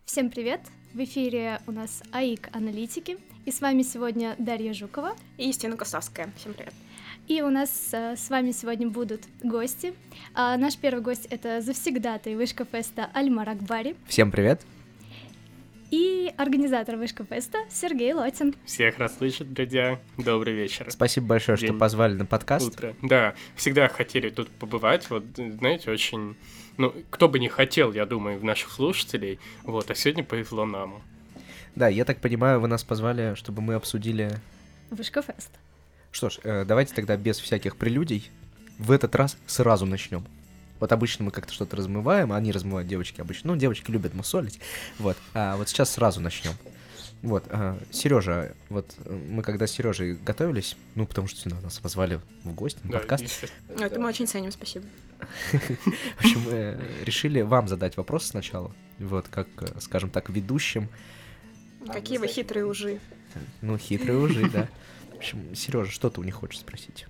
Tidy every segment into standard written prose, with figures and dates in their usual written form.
Всем привет! В эфире у нас АИК Аналитики, и с вами сегодня Дарья Жукова и Юстина Косовская. Всем привет! И у нас с вами сегодня будут гости. Наш первый гость — это завсегдатый Вышка Феста Альмар Акбари. Всем привет! И организатор Вышка Феста Сергей Лотин. Всех раз слышат, друзья. Добрый вечер. Спасибо большое, что позвали на подкаст. Утро. Да, всегда хотели тут побывать. Вот, знаете, очень... кто бы не хотел, я думаю, в наших слушателей. Вот, а сегодня повезло нам. Да, я так понимаю, вы нас позвали, чтобы мы обсудили... Вышка Фест. Что ж, давайте тогда без всяких прелюдий в этот раз сразу начнем. Вот обычно мы как-то что-то размываем, а они размывают, девочки обычно. Девочки любят мусолить. Вот, а вот сейчас сразу начнем. Вот, Сережа, вот мы когда с Сережей готовились, потому что сюда нас позвали в гости на подкаст. Это мы очень ценим, спасибо. В общем, решили вам задать вопрос сначала, вот, как, скажем так, ведущим. Какие вы хитрые ужи. Хитрые ужи, да. В общем, Сережа, что ты у них хочешь спросить?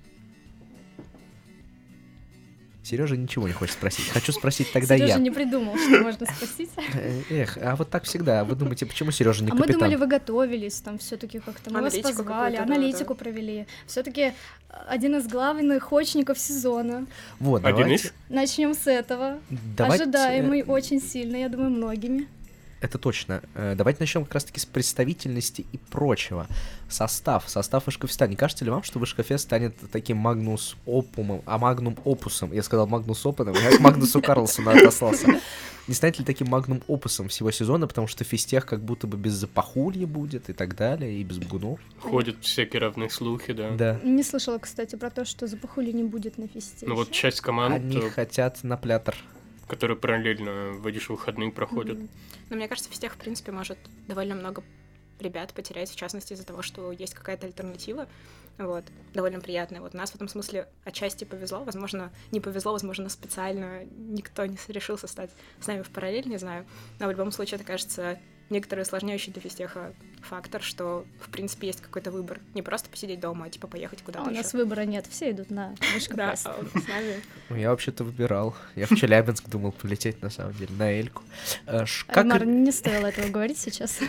Сережа ничего не хочет спросить. Хочу спросить тогда Сережа я. не придумал, что можно спросить. А вот так всегда. Вы думаете, почему Сережа не капитан? Мы думали, вы готовились, там все-таки как-то мы вас позвали, аналитику провели. Все-таки один из главных очников сезона. Вот, давайте. Начнем с этого. Ожидаемый очень сильно, я думаю, многими. Это точно. Давайте начнем как раз-таки с представительности и прочего. Состав Вышка Феста. Не кажется ли вам, что Вышка Фест станет таким магнус опусом? Я сказал магнус опытом, я к Магнусу Карлсону отослался. Не станет ли таким магнум опусом всего сезона, потому что физтех как будто бы без запахулья будет и так далее, и без бгунов? Ходят всякие равные слухи, да. Да. Не слышала, кстати, про то, что запахули не будет на фесте. Вот часть команд... Они хотят на плятор. Которые параллельно в эти выходные проходят. Но мне кажется, физтех, в принципе, может довольно много ребят потерять, в частности, из-за того, что есть какая-то альтернатива, вот, довольно приятная. Вот нас в этом смысле отчасти повезло, возможно, не повезло, возможно, специально никто не решился стать с нами в параллель, не знаю, но в любом случае, это, кажется, некоторый усложняющий для физтеха фактор, что, в принципе, есть какой-то выбор. Не просто посидеть дома, а, поехать куда-то у нас выбора нет, все идут на Вышка Фест. Да, с нами. Я вообще-то выбирал. Я в Челябинск думал полететь, на самом деле, на Эльку. Альмар, не стоило этого говорить сейчас.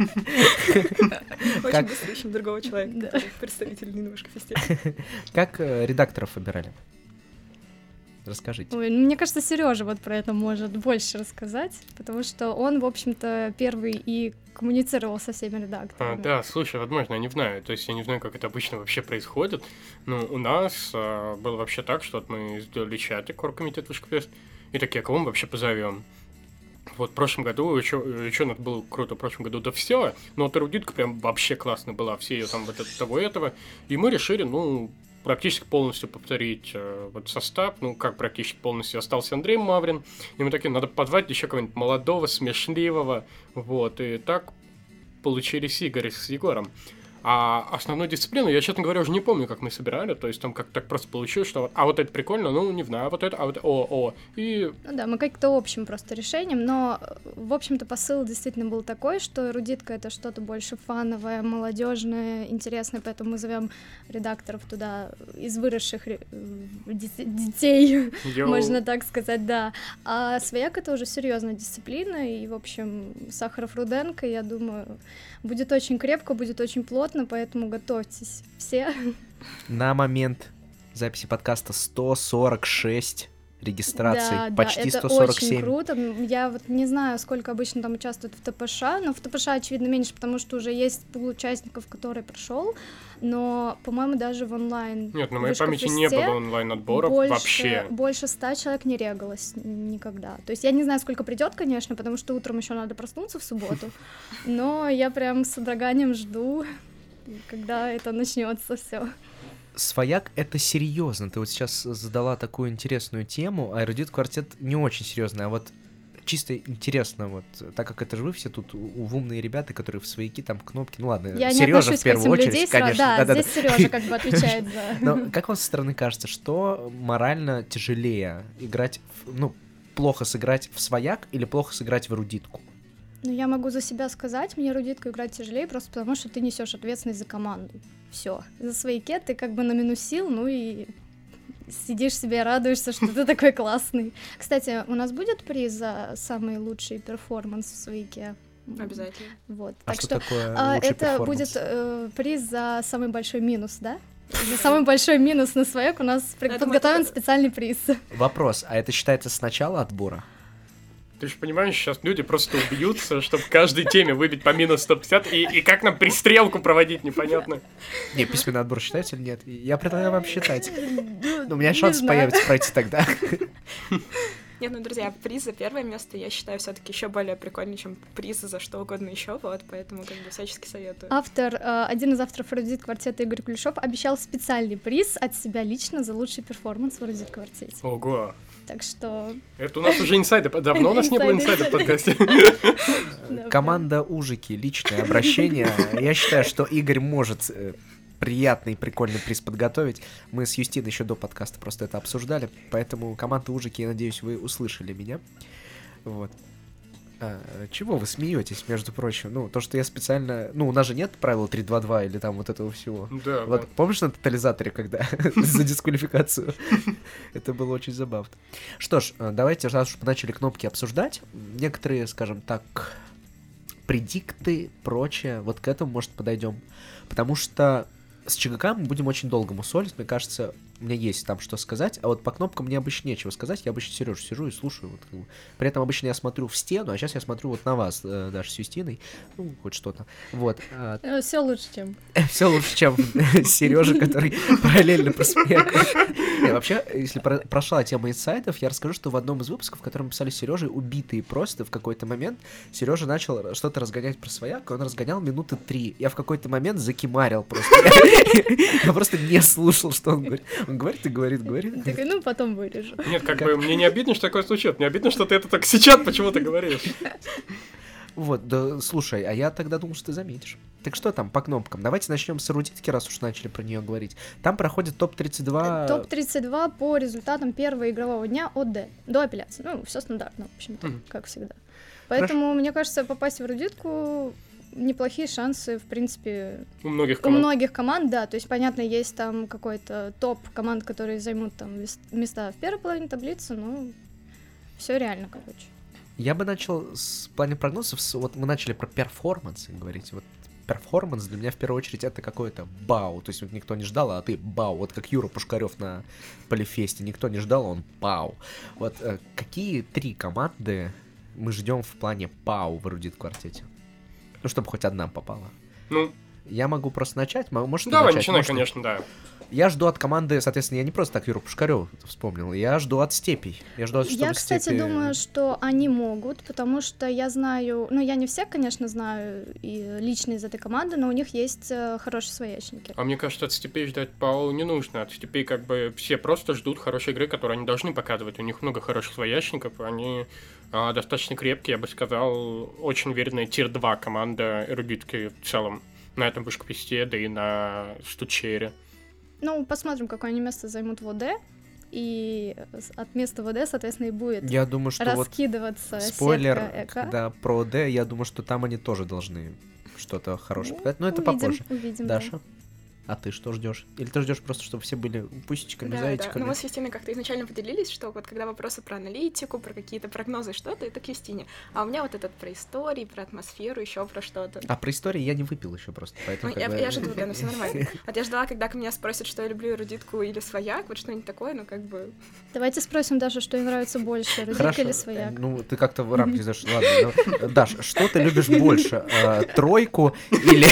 Очень быстро ищем другого человека, представитель на Вышка Фесте. Как редакторов выбирали? Расскажите. Ой, мне кажется, Сережа вот про это может больше рассказать, потому что он, в общем-то, первый и коммуницировал со всеми редакторами. Да, слушай, возможно, я не знаю. То есть я не знаю, как это обычно вообще происходит. Но у нас было вообще так, что вот мы сделали чатик, оргкомитет Вышка Фест, и такие, а кого мы вообще позовем? Вот в прошлом году, еще надо было круто, в прошлом году, да все, но вот эрудитка прям вообще классно была, все ее там вот этого, и мы решили, практически полностью повторить вот состав, как практически полностью остался Андрей Маврин, и мы такие, надо позвать еще кого-нибудь молодого, смешливого, вот, и так получились Игорь с Егором. А основную дисциплину, я, честно говоря, уже не помню, как мы собирали, то есть там как-то так просто получилось, что вот это прикольно, не знаю, вот это, а вот и... Да, мы как-то общим просто решением, но, в общем-то, посыл действительно был такой, что эрудитка — это что-то больше фановое, молодежное, интересное, поэтому мы зовем редакторов туда из выросших детей, можно так сказать, да. А свояк — это уже серьезная дисциплина, и, в общем, Сахаров-Руденко, я думаю, будет очень крепко, будет очень плотно, поэтому готовьтесь все. На момент записи подкаста 146 регистраций, почти 147. Да, это очень круто. Я вот не знаю, сколько обычно там участвуют в ТПШ, но в ТПШ, очевидно, меньше, потому что уже есть пул участников, который прошел, но, по-моему, даже в онлайн. Нет, на моей памяти не было онлайн-отборов вообще. Больше 100 человек не регалось никогда. То есть я не знаю, сколько придет, конечно, потому что утром еще надо проснуться в субботу, но я прям с содроганием жду, когда это начнется все. Свояк — это серьезно. Ты вот сейчас задала такую интересную тему, а эрудит квартет не очень серьезный, а вот чисто интересно, вот, так как это же вы все тут умные ребята, которые в свояки там кнопки, ладно, я Сережа в первую очередь, людей, конечно. Да, здесь Сережа как бы отвечает за... Но как вам со стороны кажется, что морально тяжелее играть, плохо сыграть в свояк или плохо сыграть в эрудитку? Я могу за себя сказать, мне эрудитку играть тяжелее, просто потому что ты несешь ответственность за команду. Все. За свояке ты как бы наминусил, и сидишь себе, радуешься, что ты такой классный. Кстати, у нас будет приз за самый лучший перформанс в Суике? Обязательно. Вот. А Так что такое лучший это перформанс? будет приз за самый большой минус, да? За самый большой минус на свояк у нас подготовлен специальный приз. Вопрос, а это считается с начала отбора? Ты же понимаешь, сейчас люди просто убьются, чтобы в каждой теме выбить по минус 150, и как нам пристрелку проводить, непонятно. Не, письменный отбор считается или нет? Я предлагаю вам считать. У меня шанс появится пройти тогда. Нет, ну, друзья, приз за первое место я считаю все-таки еще более прикольнее, чем приз за что угодно еще, вот, поэтому как бы всячески советую. Один из авторов «Эрудит квартета» Игорь Кулешов обещал специальный приз от себя лично за лучший перформанс в «Эрудит квартете». Ого. Так что... Это у нас уже инсайды. Давно у нас не было инсайда в подкасте. Команда Ужики, личное обращение. Я считаю, что Игорь может приятный, прикольный приз подготовить. Мы с Юстиной еще до подкаста просто это обсуждали, поэтому команда Ужики, я надеюсь, вы услышали меня. Вот. Чего вы смеетесь, между прочим? Ну, то, что я специально... Ну, у нас же нет правила 3-2-2 или там вот этого всего. Да. Вот помнишь на тотализаторе, когда за дисквалификацию? Это было очень забавно. Что ж, давайте, раз уж мы начали кнопки обсуждать, некоторые, скажем так, предикты, прочее, вот к этому, может, подойдем. Потому что с ЧГК мы будем очень долго мусолить, мне кажется, у меня есть там что сказать, а вот по кнопкам мне обычно нечего сказать, я обычно Сережу сижу и слушаю, вот, как бы. При этом обычно я смотрю в стену, а сейчас я смотрю вот на вас, даже с Юстиной, ну, хоть что-то, вот. Все лучше, чем... Все лучше, чем Сережа, который параллельно просмеял. Вообще, если прошла тема инсайдов, я расскажу, что в одном из выпусков, в котором мы писали с Сережей, убитые просто, в какой-то момент Сережа начал что-то разгонять про свояк, он разгонял минуты 3. Я в какой-то момент закимарил просто. Я просто не слушал, что он говорит. Он говорит и говорит. Такой, ну, потом вырежу. Нет, как бы мне не обидно, что такое случилось. Мне обидно, что ты это так сейчас почему-то говоришь. Вот, да, слушай, а я тогда думал, что ты заметишь. Так что там по кнопкам? Давайте начнем с эрудитки, раз уж начали про нее говорить. Там проходит топ-32... Топ-32 по результатам первого игрового дня от Д до апелляции. Ну, все стандартно, в общем-то, как всегда. Поэтому, мне кажется, попасть в эрудитку неплохие шансы, в принципе, у многих команд, да. То есть, понятно, есть там какой-то топ команд, которые займут там места в первой половине таблицы, но все реально, короче. Я бы начал с плане прогнозов. Вот мы начали про перформансы говорить. Вот перформанс для меня в первую очередь это какое-то бау. То есть вот никто не ждал, а ты бау. Вот как Юра Пушкарев на Полифесте. Никто не ждал, он пау. Вот какие 3 команды мы ждем в плане пау в эрудит квартете? Ну, чтобы хоть одна попала. Ну, я могу просто начать. Может, давай, начать? начинай, конечно, да. Я жду от команды, соответственно, я не просто так Юру Пушкарёва вспомнил, я жду от степей. Я, кстати, думаю, что они могут, потому что я знаю, ну, я не всех, конечно, знаю и лично из этой команды, но у них есть хорошие своячники. А мне кажется, от степей ждать Пау не нужно. От степей как бы все просто ждут хорошей игры, которую они должны показывать. У них много хороших своячников, они достаточно крепкие, я бы сказал, очень уверенная тир-2 команда эрудитки в целом. На этом вышкапесте, да и на стучере. Ну, посмотрим, какое они место займут в ОД, и от места в ОД, соответственно, и будет я думаю, что раскидываться вот спойлер, сетка ЭК. Да, про ОД, я думаю, что там они тоже должны что-то хорошее показать, но это попозже. Увидим, Даша? Да. А ты что ждешь? Или ты ждешь просто, чтобы все были пусечками, зайчиками? Да. Ну, мы с Юстиной как-то изначально поделились, что вот когда вопросы про аналитику, про какие-то прогнозы, что-то, это к Юстине. А у меня вот этот про истории, про атмосферу, еще про что-то. А про истории я не выпил еще просто, поэтому... Ну, я жду, да, ну все нормально. Вот я ждала, когда меня спросят, что я люблю эрудитку или свояк, вот что-нибудь такое, ну как бы... Давайте спросим Дашу, что ей нравится больше, эрудитка или свояк. Ну, ты как-то в рамки знаешь, ладно. Даш, что ты любишь больше? Тройку или...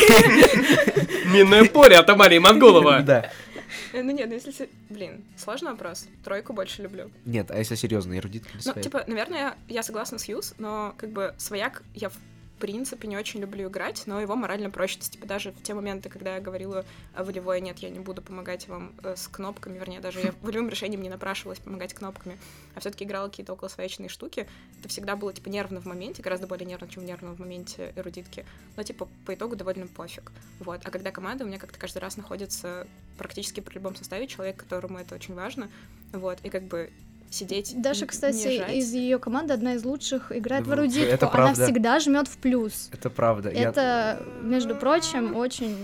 Минное поле от Амарии Монголова. Да. Ну нет, ну если... Блин, сложный вопрос. Тройку больше люблю. Нет, а если серьезно, эрудитка или свояк? Ну, типа, наверное, я согласна с Юз, но как бы свояк я в принципе не очень люблю играть, но его морально проще. То есть, типа, даже в те моменты, когда я говорила волевое «нет, я не буду помогать вам с кнопками», вернее, даже я волевым решением не напрашивалась помогать кнопками, а все-таки играла какие-то околосвоячные штуки, это всегда было, типа, нервно в моменте, гораздо более нервно, чем нервно в моменте эрудитки, но, типа, по итогу довольно пофиг. Вот. А когда команда, у меня как-то каждый раз находится практически при любом составе человек, которому это очень важно, вот, и как бы сидеть. Даша, кстати, из ее команды одна из лучших играет в эрудитку. Это она всегда жмет в плюс. Это правда. Это, между прочим, очень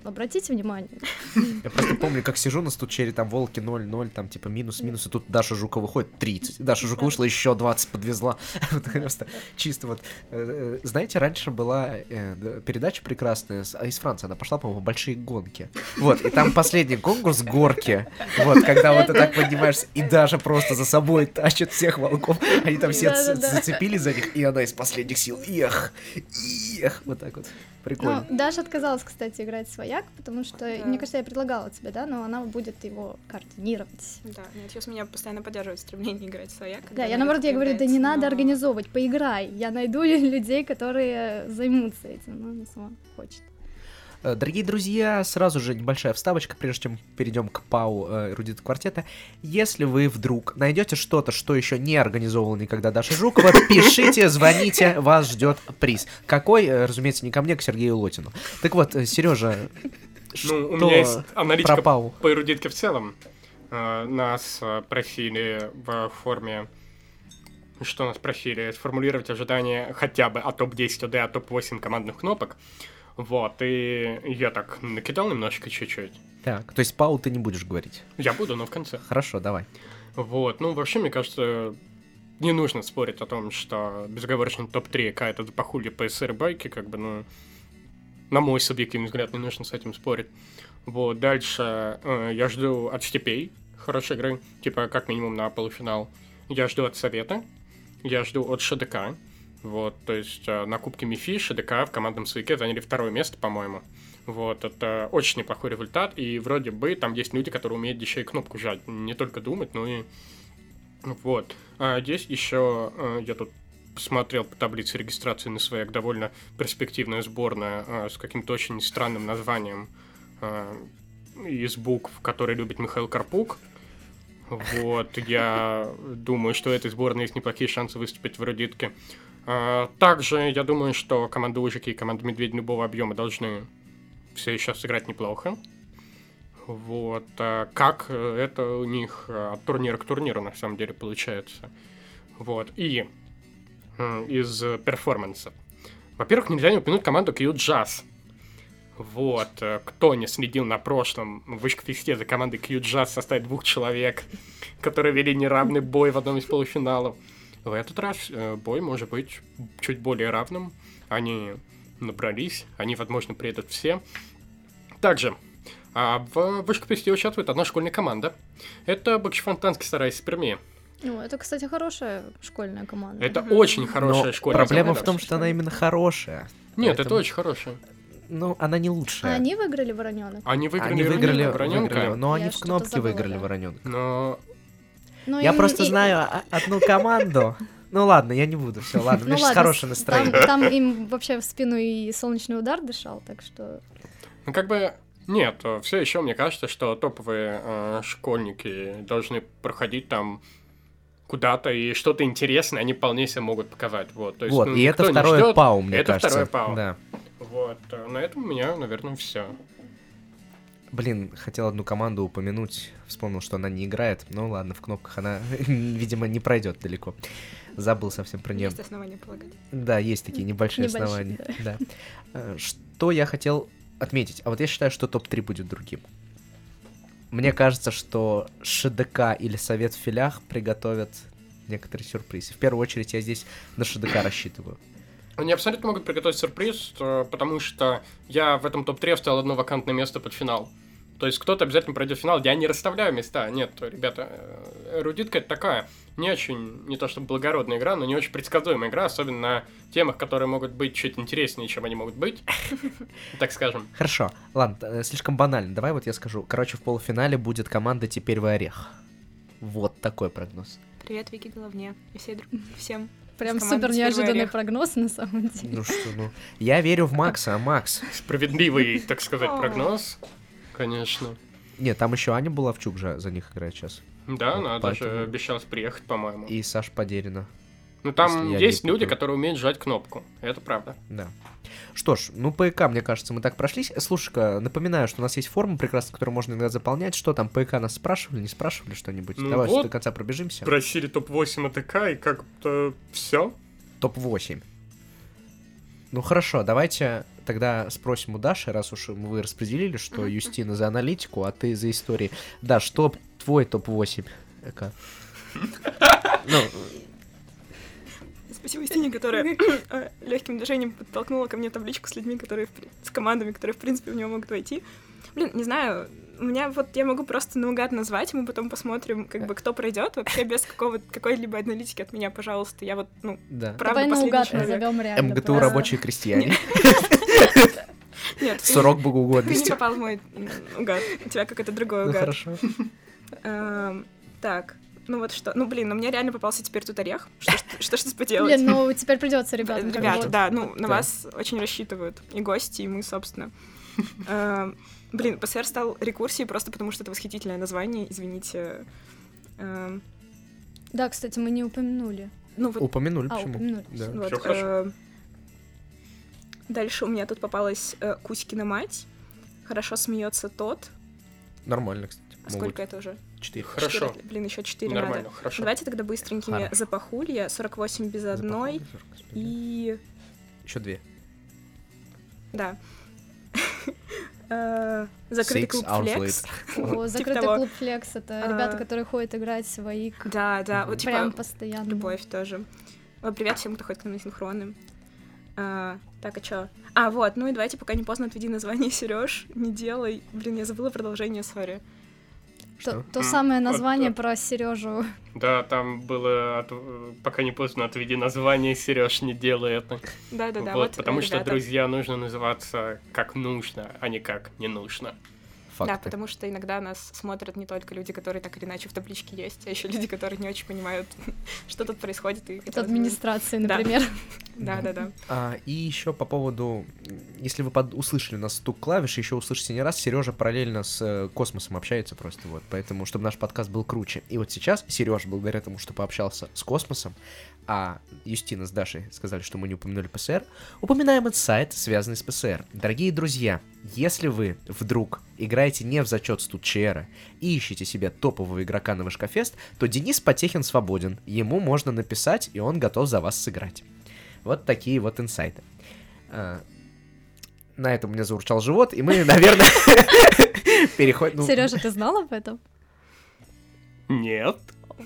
обратите внимание. Я просто помню, как сижу на стучере, там волки 0-0, там типа минус, и тут Даша Жукова выходит 30. Даша Жукова вышла, еще 20 подвезла. Просто чисто вот. Знаете, раньше была передача прекрасная из Франции, она пошла, по-моему, «Большие гонки». Вот, и там последний конкурс горки. Вот, когда вот ты так поднимаешься, и Даша просто за собой тащит всех волков. Они там все зацепили за них, и она из последних сил. Эх, вот так вот. Прикольно. Ну, Даша отказалась, кстати, играть свояк, потому что, мне кажется, я предлагала тебе, да, но она будет его координировать. Да, нет, сейчас меня постоянно поддерживает стремление играть в свояк. Да, я наоборот, я говорю, да не надо организовывать, поиграй. Я найду людей, которые займутся этим, но она сама хочет. Дорогие друзья, сразу же небольшая вставочка, прежде чем перейдем к ПАУ Эрудита Квартета. Если вы вдруг найдете что-то, что еще не организовывала никогда Даша Жукова, пишите, звоните, вас ждет приз. Какой, разумеется, не ко мне, а к Сергею Лотину. Так вот, Сережа, ну, у меня есть аналитика пропал? По эрудитке в целом. Нас просили в форме... Что нас просили? Сформулировать ожидания хотя бы от топ-10 ОД, от топ-8 командных кнопок. Вот, и я так накидал немножко, чуть-чуть. Так, то есть ПАУ ты не будешь говорить? Я буду, но в конце. Хорошо, давай. Вот, ну, вообще, мне кажется, не нужно спорить о том, что безоговорочно топ-3 какая-то запахулья ПСР и байки, как бы, ну, на мой субъективный взгляд, не нужно с этим спорить. Вот, дальше я жду от степей хорошей игры, типа, как минимум на полуфинал. Я жду от Совета, я жду от ШДК. Вот, то есть на Кубке МИФИ ШДК в командном свояке заняли 2-е место, по-моему. Вот, это очень неплохой результат, и вроде бы там есть люди, которые умеют еще и кнопку жать, не только думать, но и... Вот. А здесь еще я тут посмотрел по таблице регистрации на свояк довольно перспективная сборная с каким-то очень странным названием из букв, которые любит Михаил Карпук. Вот, я думаю, что у этой сборной есть неплохие шансы выступить в эрудитке. Также я думаю, что команда Ужики и команда Медведь любого объема должны все еще сыграть неплохо. Вот. Как это у них от турнира к турниру на самом деле получается. Вот. И из перформанса. Во-первых, нельзя не упомянуть команду Q-Jazz. Вот. Кто не следил на прошлом Вышка-фесте за командой Q-Jazz в составе 2 человек, которые вели неравный бой в одном из полуфиналов. В этот раз бой может быть чуть более равным. Они набрались, они, возможно, приедут все. Также в Вышка-фесте участвует одна школьная команда. Это Бакчефонтанский сарай из Перми. Ну, это, кстати, хорошая школьная команда. Это очень хорошая школьная проблема команда. в том, что она именно хорошая. Нет, это очень хорошая. Ну, она не лучшая. А они выиграли Воронёнок? Они выиграли Воронёнка, но они в кнопке забыла, выиграли да. Воронёнка. Но... Я просто знаю одну команду. Ну ладно, я не буду. Все, ладно, у меня сейчас хорошее настроение. Там им вообще в спину и солнечный удар дышал, так что... Ну, как бы, нет, все еще мне кажется, что топовые школьники должны проходить там куда-то, и что-то интересное они вполне себе могут показать. Вот, то есть, вот, ну, и это второе ждет, ПАУ, мне это кажется. Это второе ПАУ. Да. Вот, на этом у меня, наверное, все. Блин, хотел одну команду упомянуть, вспомнил, что она не играет. Ну ладно, в кнопках она, видимо, не пройдет далеко. Забыл совсем про нее. Есть основания полагать. Да, есть такие небольшие основания. Да. Что я хотел отметить? А вот я считаю, что топ-3 будет другим. Мне кажется, что ШДК или Совет в филях приготовят некоторые сюрпризы. В первую очередь я здесь на ШДК рассчитываю. Они абсолютно могут приготовить сюрприз, потому что я в этом топ-3 оставил одно вакантное место под финал. То есть кто-то обязательно пройдет финал. Я не расставляю места. Нет, ребята, эрудитка — это такая не очень, не то чтобы благородная игра, но не очень предсказуемая игра, особенно на темах, которые могут быть чуть интереснее, чем они могут быть, так скажем. Хорошо, ладно, слишком банально. Давай вот я скажу. Короче, в полуфинале будет команда «Теперь вы орех». Вот такой прогноз. Привет, Вики Головне и всем. Прям супер неожиданный прогноз, на самом деле. Ну что, я верю в Макса, а Макс... Справедливый, так сказать, прогноз, конечно. Нет, там еще Аня Булавчук же за них играет сейчас. Да, она даже обещалась приехать, по-моему. И Саша Подерина. Ну там есть люди, которые умеют жать кнопку, это правда. Да. Что ж, ну по ЭК, мне кажется, мы так прошлись. Слушай-ка, напоминаю, что у нас есть форма прекрасная, которую можно иногда заполнять. Что там, по ЭК нас спрашивали, не спрашивали что-нибудь? Ну давай вот, до конца пробежимся. Просили топ-8 АТК, и как-то все. Топ-8. Ну хорошо, давайте тогда спросим у Даши, раз уж вы распределили, что Юстина за аналитику, а ты за истории. Да, что твой топ-8? Ну, Спасибо Юстине, которая легким движением подтолкнула ко мне табличку с людьми, с командами, которые, в принципе, в него могут войти. Блин, не знаю, у меня вот я могу просто наугад назвать, мы потом посмотрим, как бы, кто пройдет, вообще без какой-либо аналитики от меня, пожалуйста. Я вот, да. правда, Давай наугад человек. назовем реально. МГТУ просто. рабочие крестьяне. Нет, Срок ты не богоугодности. попал в мой угад. У тебя какой-то другой Ну, угад. хорошо. Так, ну вот что. Ну, блин, мне реально попался теперь тут орех. Что ж поделать? Блин, ну теперь придется, ребята. Ребята, да, ну, на вас очень рассчитывают. И гости, и мы, собственно. Блин, ПСР стал рекурсией просто потому, что это восхитительное название, извините. Да, кстати, мы не упомянули. Ну, вот, Упомянули, почему? упомянули. Да. вот, Всё хорошо. Дальше у меня тут попалась Кузькина мать. Хорошо смеется тот. Нормально, кстати. А сколько это уже? 4. Хорошо. 4, блин, еще 4 Нормально, надо. хорошо. Давайте тогда быстренькими Хорошо. запахулья, 48 без одной. И... Еще 2. Да. Закрытый клуб Флекс. О, закрытый того. клуб Флекс — это ребята, которые ходят играть свои Да, вот прям типа постоянно. любовь тоже. Привет всем, кто ходит к нам на синхроны. Так, а чё? Вот, ну и давайте, пока не поздно, отведи название, Серёж, не делай. Блин, я забыла продолжение, сори. То самое название Вот, про Сережу. Да, там было пока не поздно, отведи название, Сереж, не делай это. Да, Вот, потому что, ребята. друзья, нужно называться как нужно, а не как не нужно. Да, потому что иногда нас смотрят не только люди, которые так или иначе в табличке есть, а еще люди, которые не очень понимают, что тут происходит. И От администрации, Да. например. Да. И еще по поводу, если вы услышали у нас стук клавиш, еще услышите не раз, Сережа параллельно с Космосом общается просто, вот, поэтому, чтобы наш подкаст был круче. И вот сейчас Сережа, благодаря тому, что пообщался с Космосом, а Юстина с Дашей сказали, что мы не упомянули ПСР, упоминаем инсайт, связанный с ПСР. Дорогие друзья, если вы вдруг играете не в зачет студчера и ищете себе топового игрока на Вышкафест, то Денис Потехин свободен, ему можно написать, и он готов за вас сыграть. Вот такие вот инсайты. На этом у меня заурчал живот, и мы, наверное, переходим... Сережа, ты знал об этом? Нет.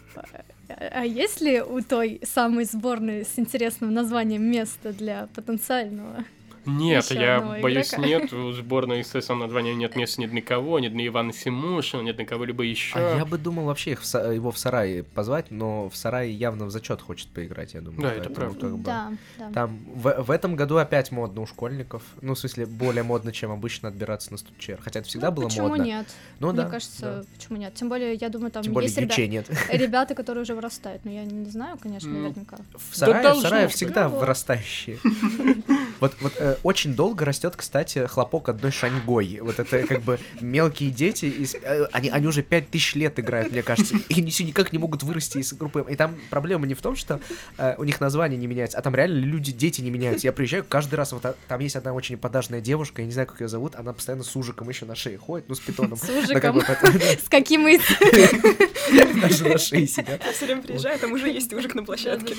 А есть ли у той самой сборной с интересным названием место для потенциального? Нет, Ещё я одного боюсь, игрока. нет. У сборной с самым названием нет места ни для кого, ни для Ивана Симушина, ни для кого-либо еще. А я бы думал вообще его в сарае позвать, но в сарае явно в зачет хочет поиграть, я думаю. Да, это Поэтому правда. как бы Да. Там в этом году опять модно у школьников. Ну, в смысле, более модно, чем обычно отбираться на студчер. Хотя это всегда было почему модно. нет? Ну Мне да. кажется, почему нет? Тем более, я думаю, там Тем более есть ячей нет. ребята, которые уже вырастают. Но я не знаю, конечно, Ну, наверняка. В сарае должно всегда быть. вырастающие. Вот очень долго растет, кстати, хлопок одной шаньгой. Вот это как бы мелкие дети, они уже 5000 лет играют, мне кажется, и никак не могут вырасти из группы. И там проблема не в том, что у них название не меняется, а там реально дети не меняются. Я приезжаю каждый раз, вот там есть одна очень подажная девушка, я не знаю, как ее зовут, она постоянно с ужиком еще на шее ходит, ну, с питоном. С ужиком? С С каким из... даже на шее сидят. Я все время приезжаю, там уже есть ужик на площадке.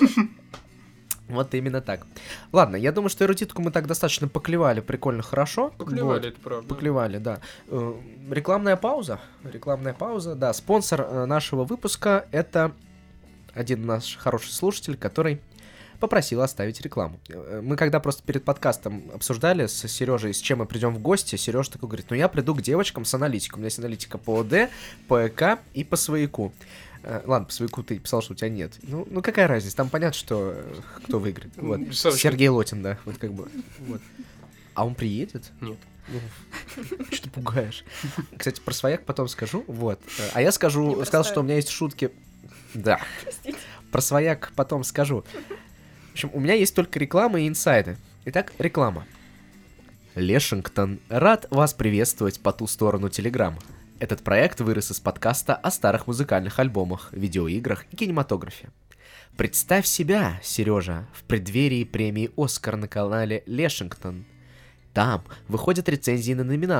Вот именно так. Ладно, я думаю, что эрудитку мы так достаточно поклевали, прикольно, хорошо. Поклевали, Вот. это правда. Поклевали, да. Рекламная пауза, да. Спонсор нашего выпуска — это один наш хороший слушатель, который попросил оставить рекламу. Мы когда просто перед подкастом обсуждали с Сережей, с чем мы придем в гости, Сережа такой говорит: ну я приду к девочкам с аналитикой. У меня есть аналитика по ОД, по ЭК и по свояку. Ладно, по свояку ты писал, что у тебя нет. Ну какая разница? Там понятно, что кто выиграет. Вот. Сергей Лотин, да. Вот как бы. Вот. А он приедет? Нет. Ну, что ты пугаешь? Кстати, про свояк потом скажу. Вот. А я сказал, что у меня есть шутки. Да. Простите. Про свояк потом скажу. В общем, у меня есть только реклама и инсайды. Итак, реклама. Лешингтон рад вас приветствовать по ту сторону Телеграма. Этот проект вырос из подкаста о старых музыкальных альбомах, видеоиграх и кинематографе. Представь себя, Сережа, в преддверии премии «Оскар» на канале Лешингтон. Там выходят рецензии на номинантов.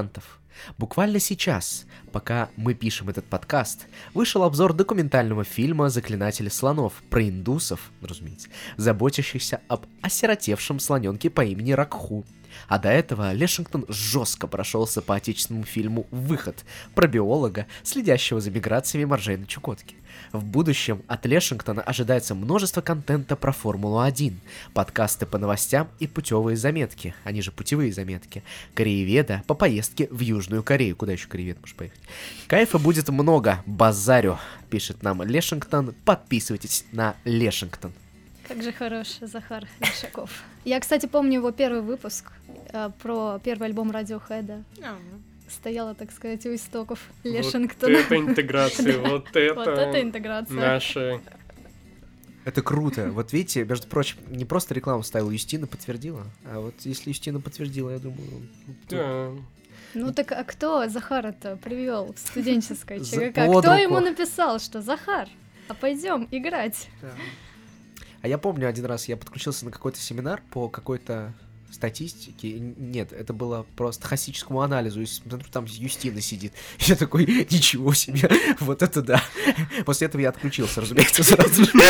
Буквально сейчас, пока мы пишем этот подкаст, вышел обзор документального фильма «Заклинатели слонов» про индусов, разумеется, заботящихся об осиротевшем слоненке по имени Ракху. А до этого Лешингтон жестко прошелся по отечественному фильму «Выход» про биолога, следящего за миграциями моржей на Чукотке. В будущем от Лешингтона ожидается множество контента про Формулу-1, подкасты по новостям и путевые заметки, они же путевые заметки, корееведа по поездке в Южную Корею. Куда еще кореевед может поехать? Кайфа будет много, базарю, пишет нам Лешингтон. Подписывайтесь на Лешингтон. Как же хорош Захар Лешаков. Я, кстати, помню его первый выпуск про первый альбом Радиохэда. Стояла, так сказать, у истоков Лешингтона. Вот это интеграция, вот это интеграция. Наша. Это круто. Вот видите, между прочим, не просто рекламу ставила, Юстина подтвердила. А вот если Юстина подтвердила, я думаю... Да. Ну так а кто Захара-то привел в студенческое ЧГК? Под Кто руку. ему написал, что Захар, а пойдем играть? А я помню, один раз я подключился на какой-то семинар по какой-то статистике. Нет, это было по стохастическому анализу. И смотрю, там Юстина сидит. Я такой, ничего себе, вот это да. После этого я отключился, разумеется, сразу же.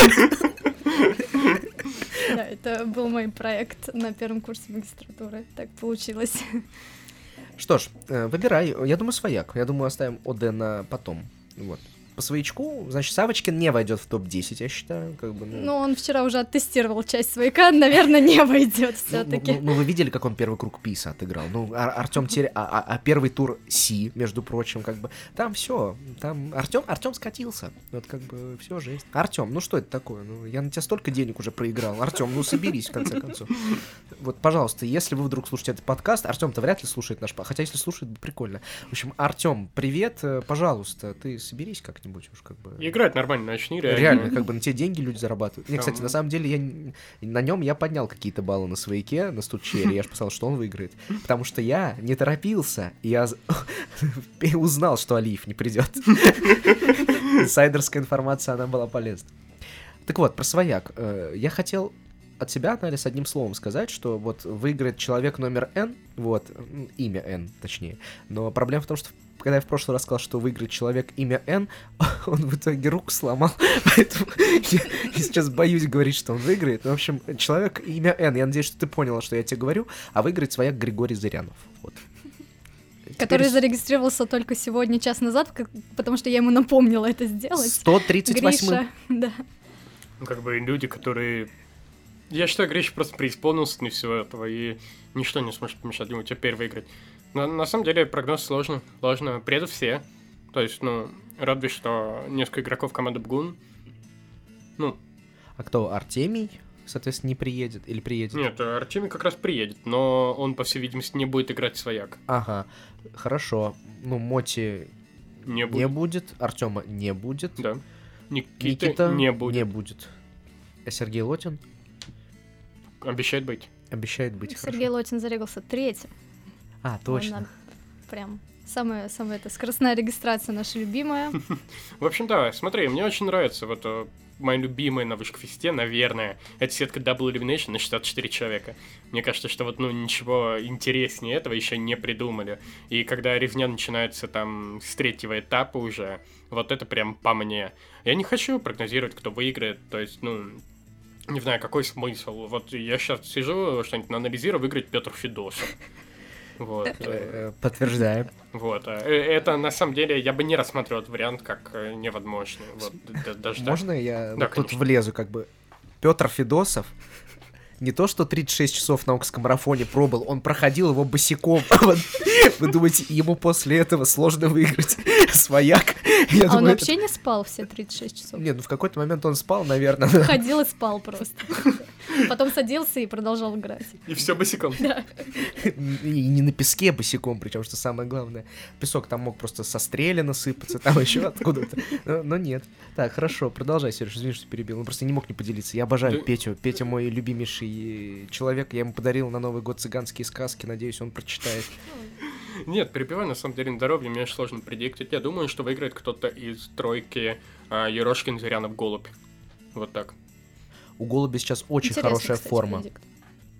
Да, это был мой проект на первом курсе магистратуры. Так получилось. Что ж, выбирай. Я думаю, свояк. Я думаю, оставим ОД на потом. Вот. По своячку, значит, Савочкин не войдет в топ-10, я считаю. Как бы, Ну, он вчера уже оттестировал часть свояка, наверное, не войдет все-таки. Ну, вы видели, как он первый круг ПИСа отыграл? Ну, Артем первый тур Си, между прочим, как бы. Там все. Там Артем скатился. Вот как бы все жесть. Артем, ну что это такое? Ну, я на тебя столько денег уже проиграл. Артем, ну соберись, в конце концов. Вот, пожалуйста, если вы вдруг слушаете этот подкаст, Артем-то вряд ли слушает наш подкаст. Хотя, если слушает, прикольно. В общем, Артем, привет, пожалуйста, ты соберись как-нибудь уж как бы. Играть нормально начни, реально. Реально, как бы на те деньги люди зарабатывают. Не, кстати, на самом деле, на нем я поднял какие-то баллы на свояке, на студчере, я же писал, что он выиграет. Потому что я не торопился, и я узнал, что Алиев не придет. Инсайдерская информация, она была полезна. Так вот, про свояк. Я хотел от себя, наверное, с одним словом сказать, что вот выиграет человек номер N, вот, имя N, точнее. Но проблема в том, что когда я в прошлый раз сказал, что выиграет человек имя Н, он в итоге руку сломал, поэтому я сейчас боюсь говорить, что он выиграет. В общем, человек имя Н, я надеюсь, что ты поняла, что я тебе говорю, а выиграет свояк Григорий Зырянов. Вот. Который зарегистрировался только сегодня, час назад, потому что я ему напомнила это сделать. 138-й. Гриша, да. Ну, как бы люди, которые... Я считаю, Гриша просто преисполнился не всего этого, и ничто не сможет помешать ему теперь выиграть. Но на самом деле прогноз сложно. Приедут все. То есть, радует, что несколько игроков команды Бгун. А кто, Артемий, соответственно, не приедет или приедет? Нет, Артемий как раз приедет, но он, по всей видимости, не будет играть свояк. Ага, хорошо. Моти не будет, Артема не будет. Да. Никита не будет. Не будет. А Сергей Лотин? Обещает быть. Обещает быть, Сергей Лотин зарегался третьим. А, точно. Прям самая эта скоростная регистрация наша любимая. В общем, да, смотри, мне очень нравится вот моя любимая на Вышкафесте, наверное, это сетка Double Elimination на 64 человека. Мне кажется, что вот, ничего интереснее этого еще не придумали. И когда резня начинается там с третьего этапа уже, вот это прям по мне. Я не хочу прогнозировать, кто выиграет, то есть, не знаю, какой смысл. Вот я сейчас сижу, что-нибудь анализирую, выиграет Петр Федосов. Вот. Подтверждаем. Вот. Это, на самом деле, я бы не рассматривал этот вариант как невозможный. Вот, даже можно я да, тут влезу, как бы? Петр Федосов не то, что 36 часов на Окском марафоне пробыл, он проходил его босиком. Вы думаете, ему после этого сложно выиграть свояк? А он вообще не спал все 36 часов? Нет, в какой-то момент он спал, наверное. Ходил и спал просто. Потом садился и продолжал играть. И все босиком. Да. И не на песке босиком, причем что самое главное. Песок там мог просто со стрелена сыпаться, там еще откуда-то. Но нет. Так, хорошо, продолжай, Сереж, извини, что перебил. Он просто не мог не поделиться. Я обожаю Петю. Петя мой любимейший человек. Я ему подарил на Новый год цыганские сказки. Надеюсь, он прочитает. Нет, перебивай, на самом деле, на здоровье мне сложно предиктить. Я думаю, что выиграет кто-то из тройки Ерошкин, Зырянов, Голубь. Вот так. У Голуби сейчас очень Интересно, хорошая кстати, форма. предикт.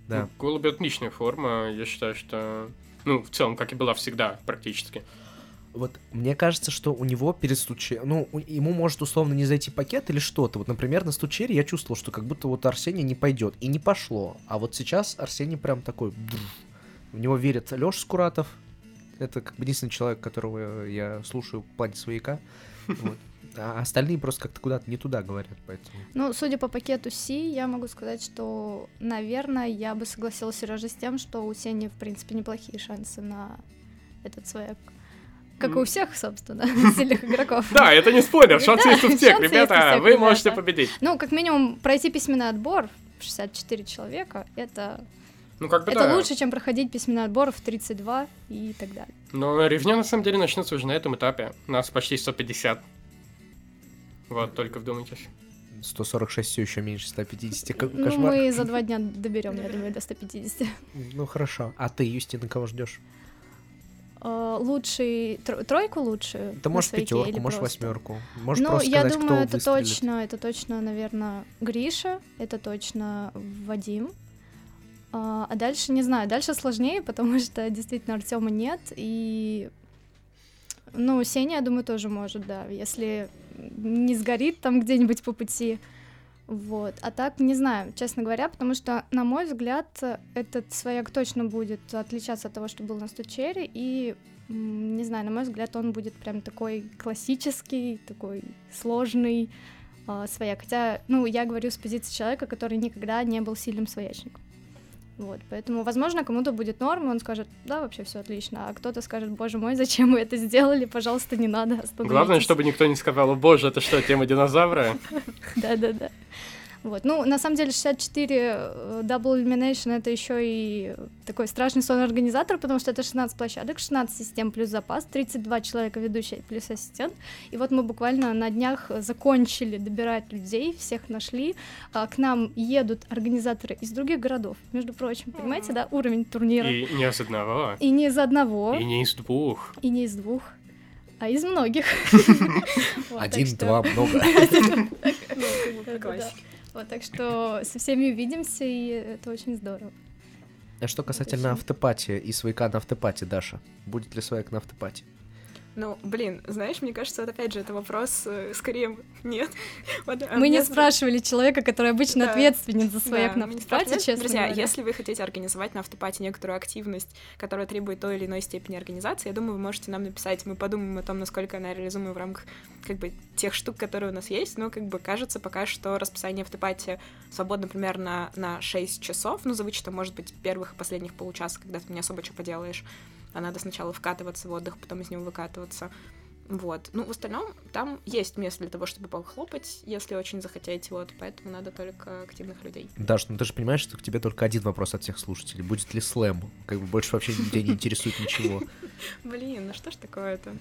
Да. Ну, голуби отличная форма, я считаю, что... Ну, в целом, как и была всегда, практически. Вот мне кажется, что у него перед стучером... Ну, ему может условно не зайти пакет или что-то. Вот, например, на стучере я чувствовал, что как будто вот Арсений не пойдет. И не пошло. А вот сейчас Арсений прям такой... В него верит Лёша Скуратов. Это как бы единственный человек, которого я слушаю в плане свояка. Вот. А остальные просто как-то куда-то не туда говорят, поэтому... Ну, судя по пакету Си, я могу сказать, что, наверное, я бы согласилась, Сережа, с тем, что у Сени, в принципе, неплохие шансы на этот свояк. Как и у всех, собственно, сильных игроков. Да, это не спойлер, шансы есть у всех, ребята, вы можете победить. Ну, как минимум, пройти письменный отбор в 64 человека, это... Ну, как бы это да. лучше, чем проходить письменный отбор в 32 и так далее. Но ревня, на самом деле, начнется уже на этом этапе. Нас почти 150. Вот, только вдумайтесь. 146 все еще меньше 150. Ну, Кошмар. мы за 2 дня доберем, я думаю, до 150. Ну, хорошо. А ты, Юстина, кого ждешь? Лучший... Тройку лучшую? Ты можешь пятерку, можешь восьмерку. Можешь просто я сказать, думаю, кто это выстрелит. точно, наверное, Гриша, это точно Вадим. А дальше, не знаю, дальше сложнее, потому что действительно Артема нет, и... Ну, Сеня, я думаю, тоже может, да, если не сгорит там где-нибудь по пути. Вот. А так, не знаю, честно говоря, потому что, на мой взгляд, этот свояк точно будет отличаться от того, что был на стучере, и, не знаю, на мой взгляд, он будет прям такой классический, такой сложный свояк. Хотя, ну, я говорю с позиции человека, который никогда не был сильным своячником. Вот, поэтому, возможно, кому-то будет норм, и он скажет, да, вообще все отлично, а кто-то скажет, боже мой, зачем вы это сделали, пожалуйста, не надо, остановитесь. Главное, чтобы никто не сказал, о боже, это что, тема динозавра? Да-да-да. Вот. Ну, на самом деле, 64 Double Elimination — это еще и такой страшный сон организатора, потому что это 16 площадок, 16 систем плюс запас, 32 человека ведущие плюс ассистент. И вот мы буквально на днях закончили добирать людей, всех нашли. К нам едут организаторы из других городов, между прочим, понимаете, да, уровень турнира. И не из одного. И не из одного. И не из двух. И не из двух. А из многих. Один-два, много. Вот, так что со всеми увидимся, и это очень здорово. А что касательно автопати и свояка на автопати, Даша? Будет ли свояк на автопати? Ну, блин, знаешь, мне кажется, вот опять же, это вопрос скорее нет. Мы не спрашивали человека, который обычно ответственен за свояк на автопати, честно Друзья, говоря. если вы хотите организовать на автопати некоторую активность, которая требует той или иной степени организации, я думаю, вы можете нам написать, мы подумаем о том, насколько она реализуема в рамках, как бы, тех штук, которые у нас есть, но, как бы, кажется пока что расписание автопати свободно примерно на 6 часов, ну, за вычетом, может быть, первых и последних получаса, когда ты не особо что поделаешь. А надо сначала вкатываться в отдых, потом из него выкатываться. Вот. Ну, в остальном, там есть место для того, чтобы похлопать, если очень захотеть, вот. Поэтому надо только активных людей. Даш, ну ты же понимаешь, что к тебе только один вопрос от всех слушателей. Будет ли слэм? Как бы больше вообще тебя не интересует ничего. Блин, ну что ж такое-то?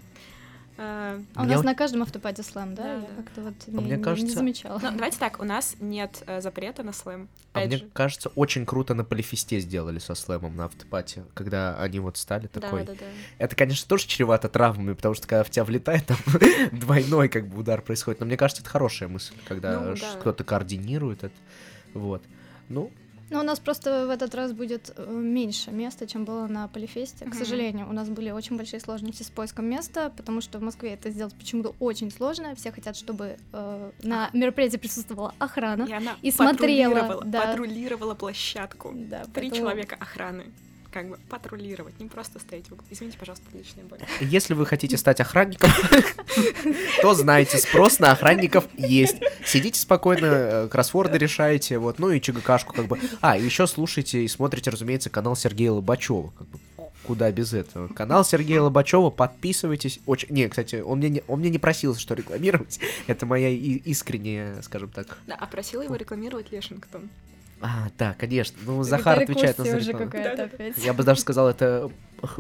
А у нас на каждом автопате слэм, да? Да, Я да. как-то вот мне не кажется- замечала. Ну, давайте так, у нас нет запрета на слэм. А Опять мне же. кажется, очень круто на полифесте сделали со слэмом на автопате, когда они вот стали такой. Да. Это, конечно, тоже чревато травмами, потому что когда в тебя влетает, там двойной как бы удар происходит. Но мне кажется, это хорошая мысль, когда Ну, да. кто-то координирует это. Вот. Ну, Но у нас просто в этот раз будет меньше места, чем было на Полифесте. К сожалению, у нас были очень большие сложности с поиском места, потому что в Москве это сделать почему-то очень сложно. Все хотят, чтобы на мероприятии присутствовала охрана. И она И смотрела, да. патрулировала площадку. Да, 3 поэтому- человека охраны. Как бы патрулировать, не просто стоять в углу. Извините, пожалуйста, личная боль. если вы хотите стать охранником, то знайте, спрос на охранников есть. Сидите спокойно, кроссворды решаете, вот, ну и ЧГКшку как бы. А, и еще слушайте и смотрите, разумеется, канал Сергея Лобачева. Как бы, куда без этого? Канал Сергея Лобачева, подписывайтесь. Очень... Не, кстати, он мне не просился, что рекламировать. Это моя искренняя, скажем так. Да, а просила его рекламировать Лешингтон. А, да, конечно. Ну, Захар отвечает на уже рекламу. какая-то опять. Я бы даже сказал, это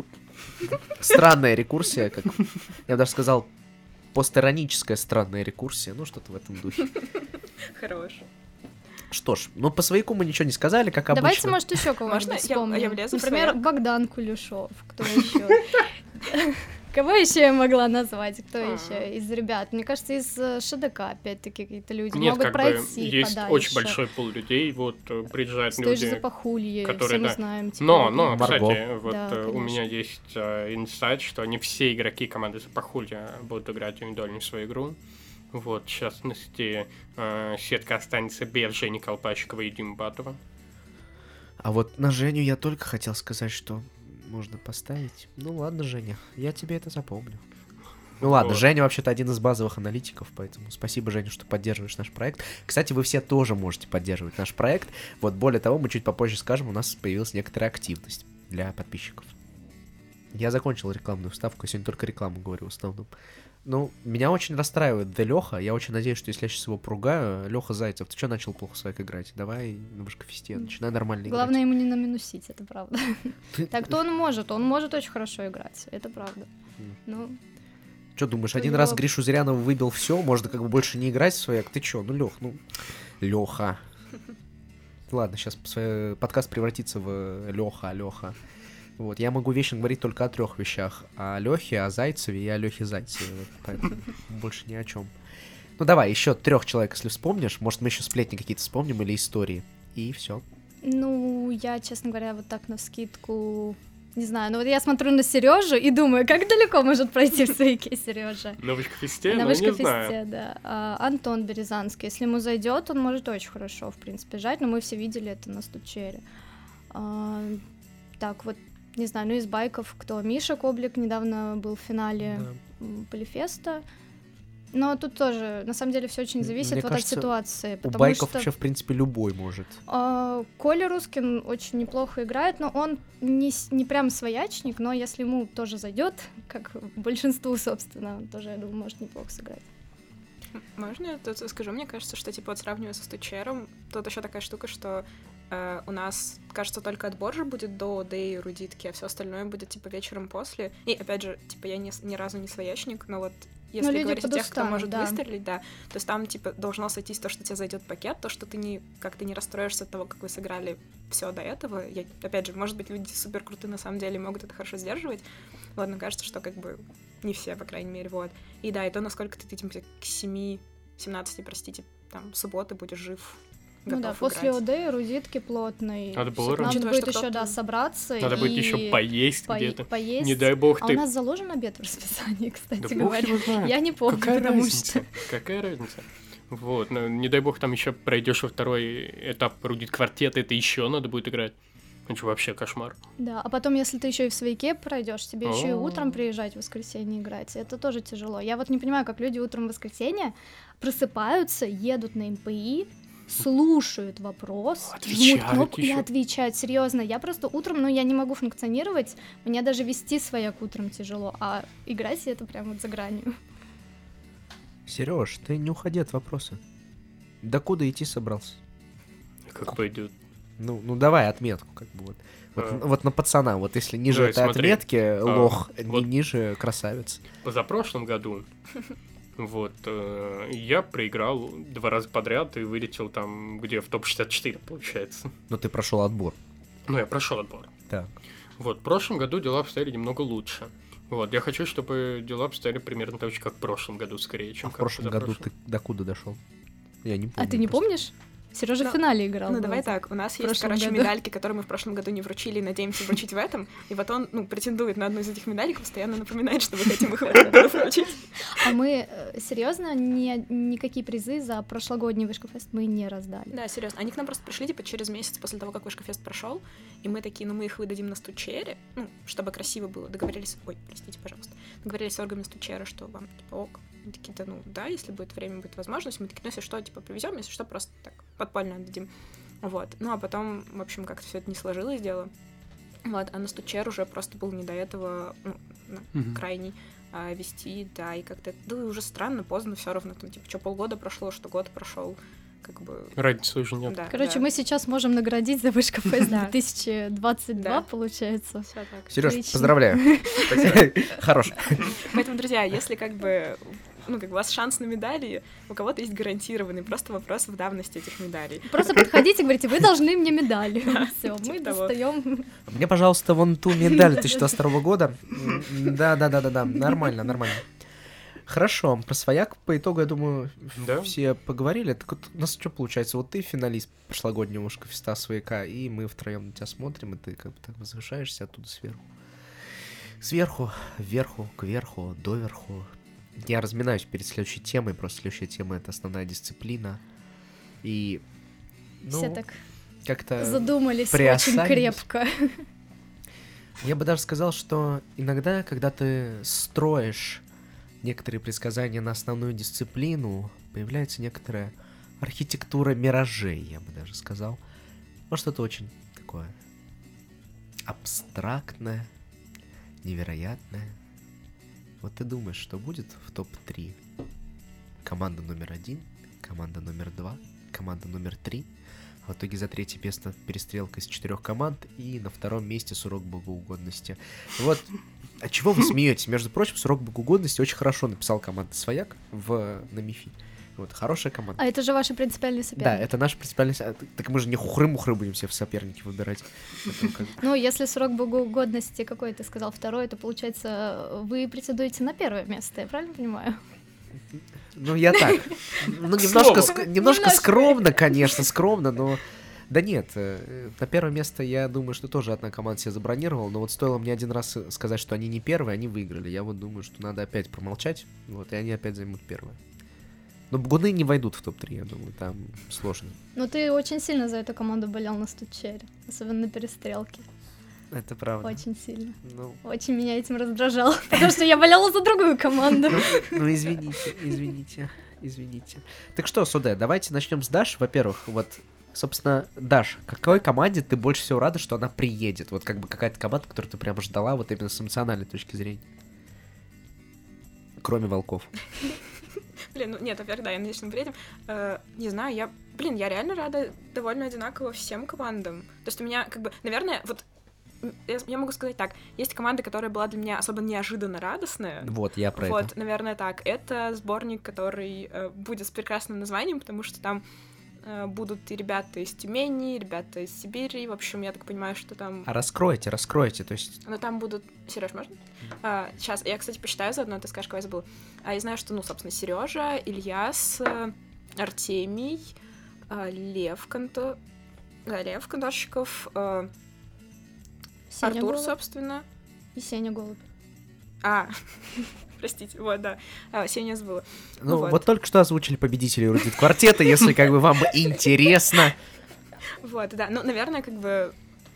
странная рекурсия, как... Я бы даже сказал, постироническая странная рекурсия, ну, что-то в этом духе. Хорош. Что ж, ну, по свояку мы ничего не сказали, как обычно. Давайте, может, еще Можно кого-нибудь я вспомним. влезу в Например, свояк? Богдан Кулешов. Кто еще? Кого еще я могла назвать? Кто еще из ребят? Мне кажется, из ШДК, опять-таки, какие-то люди Нет, могут как пройти бы есть подальше. очень большой пул людей, вот приезжают С той же люди, Запахулье, которые, все мы да. знаем. Типа, Но, Марго. кстати, вот Да, у меня конечно. есть инсайт, что не все игроки команды Запахулья будут играть индивидуально в свою игру. Вот, в частности, сетка останется без Жени Колпачкова и Димы Батова. А вот на Женю я только хотел сказать, что можно поставить. Ну ладно, Женя, я тебе это запомню. Ну ладно, Вот. Женя вообще-то один из базовых аналитиков, поэтому спасибо, Женя, что поддерживаешь наш проект. Кстати, вы все тоже можете поддерживать наш проект. Вот более того, мы чуть попозже скажем, у нас появилась некоторая активность для подписчиков. Я закончил рекламную вставку, я сегодня только рекламу говорю в основном. Ну, меня очень расстраивает Леха. Я очень надеюсь, что если я сейчас его поругаю, Леха Зайцев, ты что начал плохо свайк играть? Давай на Вышкафесте, начинай нормально играть. Главное ему не наминусить, это правда. Так-то он может очень хорошо играть, это правда. Ну, Что думаешь, У один него- раз Гришу Зырянова выбил все, можно как бы больше не играть в свояк? Ты чё? Ну, Лех, Леха. Ладно, сейчас подкаст превратится в Леха. Вот, я могу вечно говорить только о 3 вещах. О Лехе, о Зайцеве и о Лехе Зайцеве. Вот, поэтому больше ни о чем. Ну давай, еще 3 человек, если вспомнишь. Может, мы еще сплетни какие-то вспомним или истории. И все. ну, я, честно говоря, вот так навскидку не знаю. Ну вот я смотрю на Сережу и думаю, как далеко может пройти в свояке Сережа. На Вышкафесте? На Ну, не знаю. Вышкафесте, да. Антон Березанский, если ему зайдет, он может очень хорошо, в принципе, жать, но мы все видели это на Стучере. Так, вот, не знаю, ну из байков кто? Миша Коблик недавно был в финале Полифеста. Но тут тоже, на самом деле, все очень зависит Мне вот кажется, от ситуации. У Потому байков что вообще, в принципе, любой может. Коля Рускин очень неплохо играет, но он не прям своячник, но если ему тоже зайдет, как большинству, собственно, он тоже, я думаю, может неплохо сыграть. Можно я тут скажу? Мне кажется, что, типа, вот сравнивая со Стучером, тут еще такая штука, что у нас, кажется, только отбор же будет до ОД и Рудитки, а все остальное будет, типа, вечером после. И, опять же, типа, я ни разу не своячник, но вот если люди говорить о тех, кто подустанут, может да. выстрелить, да, то есть там, типа, должно сойтись то, что тебе зайдет пакет, то, что ты как-то не расстроишься от того, как вы сыграли все до этого. Опять же, может быть, люди супер крутые на самом деле могут это хорошо сдерживать. Вот, но кажется, что как бы не все, по крайней мере, вот. И да, и то, насколько ты этим к 17, простите, там, субботы будешь жив, Ну да, готов после играть. ОД и Рудитки плотной. Отбор. Надо Учитывая, будет что еще, кто-то- да, собраться. Надо будет и еще поесть где-то. поесть. Не дай бог А ты... у нас заложен обед в расписании, кстати Да бог говоря. его знает. Я не помню, Какая потому разница? что... Какая разница? Вот, но не дай бог там еще пройдешь во второй этап Рудит квартета, это еще надо будет играть. Это же вообще кошмар. Да, а потом, если ты еще и в свояке пройдешь, тебе еще и О. утром приезжать в воскресенье играть. Это тоже тяжело. Я вот не понимаю, как люди утром в воскресенье просыпаются, едут на МПИ, слушают вопрос, Отвечают жмут кнопку и ещё. отвечают. Серьезно, я просто утром, я не могу функционировать, мне даже вести свояк утром тяжело, а играть это прям вот за гранью. Сереж, ты не уходи от вопроса. До куда идти собрался? Как пойдет. Ну давай отметку, как бы вот. Вот на пацана, вот если ниже Давай, этой смотри. отметки лох, вот. ниже красавец. Позапрошлом году вот я проиграл 2 раза подряд и вылетел там, где в топ-64, получается. Но ты прошел отбор. Ну, я прошел отбор. Так. Вот, в прошлом году дела обстояли немного лучше. Вот, я хочу, чтобы дела обстояли примерно так же, как в прошлом году, скорее, чем А в как прошлом году позапрошлом. ты до куда дошел? Я не помню. А ты не просто. помнишь? Сережа Ну, в финале играл. Ну, был. давай так, у нас в есть, прошлом короче, году. медальки, которые мы в прошлом году не вручили и надеемся вручить в этом, и вот он, претендует на одну из этих медалек, постоянно напоминает, что мы хотим их в этом году вручить. А мы, серьезно, никакие призы за прошлогодний Вышкафест мы не раздали. Да, серьезно. Они к нам просто пришли, типа, через месяц после того, как Вышкафест прошел, и мы такие, мы их выдадим на Стучере, чтобы красиво было. Договорились с органами Стучера, что вам, типа, ок. Мы такие, да, если будет время, будет возможность. Мы такие, если что, типа, привезем, если что, просто так подпольно отдадим. Вот. Ну, а потом, в общем, как-то все это не сложилось дело. Вот, а на Стучер уже просто был не до этого, крайний вести, да, и как-то, и уже странно, поздно, все равно, типа, что полгода прошло, что год прошел, как бы... Разницы уже нет. Да, Короче, да. мы сейчас можем наградить за Вышкафест Да. 2022, Да. получается. Всё так. Сереж, Отлично. поздравляю. Хорош. Поэтому, друзья, если как бы ну, как бы у вас шанс на медали, у кого-то есть гарантированный, просто вопрос в давности этих медалей. Просто подходите и говорите, вы должны мне медаль. Все, мы типа того. достаем. Мне, пожалуйста, вон ту медаль 2022 года. Да, нормально. Хорошо, про свояк по итогу, я думаю, Да. все поговорили. Так вот, у нас что получается? Вот ты финалист прошлогоднего Ушкафеста свояка, и мы втроем на тебя смотрим, и ты как бы так возвышаешься оттуда сверху. Сверху, вверху, кверху, доверху. Я разминаюсь перед следующей темой, просто следующая тема — это основная дисциплина. И, ну, Все так как-то задумались очень приосанились. крепко. Я бы даже сказал, что иногда, когда ты строишь некоторые предсказания на основную дисциплину, появляется некоторая архитектура миражей, я бы даже сказал. Может, это очень такое абстрактное, невероятное. Вот ты думаешь, что будет в топ-3? Команда номер 1, команда номер 2, команда номер 3. А в итоге за третье место перестрелка из 4 команд, и на втором месте Сурок Богоугодности. Вот, от чего вы смеетесь? Между прочим, Сурок Богоугодности очень хорошо написал команда Свояк на МИФИ. Вот, хорошая команда. А это же ваши принципиальные соперники. Да, это наш принципиальный... Так мы же не хухры-мухры будем себе в соперники выбирать. Ну, если срок богоугодности, какой ты сказал, второй, то, получается, вы претендуете на первое место, я правильно понимаю? Ну, я так. Ну, немножко скромно, конечно, скромно, но... Да нет, на первое место, я думаю, что тоже одна команда себе забронировала, но вот стоило мне один раз сказать, что они не первые, они выиграли. Я вот думаю, что надо опять промолчать, вот, и они опять займут первое. Но Бгуны не войдут в топ-3, я думаю, там сложно. Ну, ты очень сильно за эту команду болел на стучере, особенно на перестрелке. Это правда. Очень сильно. Ну, Очень меня этим раздражало, потому что я болела за другую команду. ну извините. Так что, Суде, давайте начнем с Даш. Во-первых, вот, собственно, Даш, какой команде ты больше всего рада, что она приедет? Вот как бы какая-то команда, которую ты прямо ждала, вот именно с эмоциональной точки зрения. Кроме волков. Блин, ну нет, во-первых, да, я надеюсь, что мы приедем. Не знаю, я реально рада довольно одинаково всем командам. То есть у меня, как бы, наверное, вот я могу сказать так, есть команда, которая была для меня особо неожиданно радостная. Вот, я про это. Вот, наверное, так. Это сборник, который будет с прекрасным названием, потому что там будут и ребята из Тюмени, и ребята из Сибири. В общем, я так понимаю, что там... А раскройте, то есть... Но там будут... Сереж, можно? Сейчас, я, кстати, посчитаю заодно, ты скажешь, кого я забыла. Я знаю, что, ну, собственно, Сережа, Ильяс, Артемий, Лев Конторщиков, Сеня Артур, Голубь собственно. и Сеня Голубь. Простите, вот, да. Сеня забыла. Ну, вот только что озвучили победителей Эрудит Квартета, если как бы вам интересно. Вот, да. Ну, наверное, как бы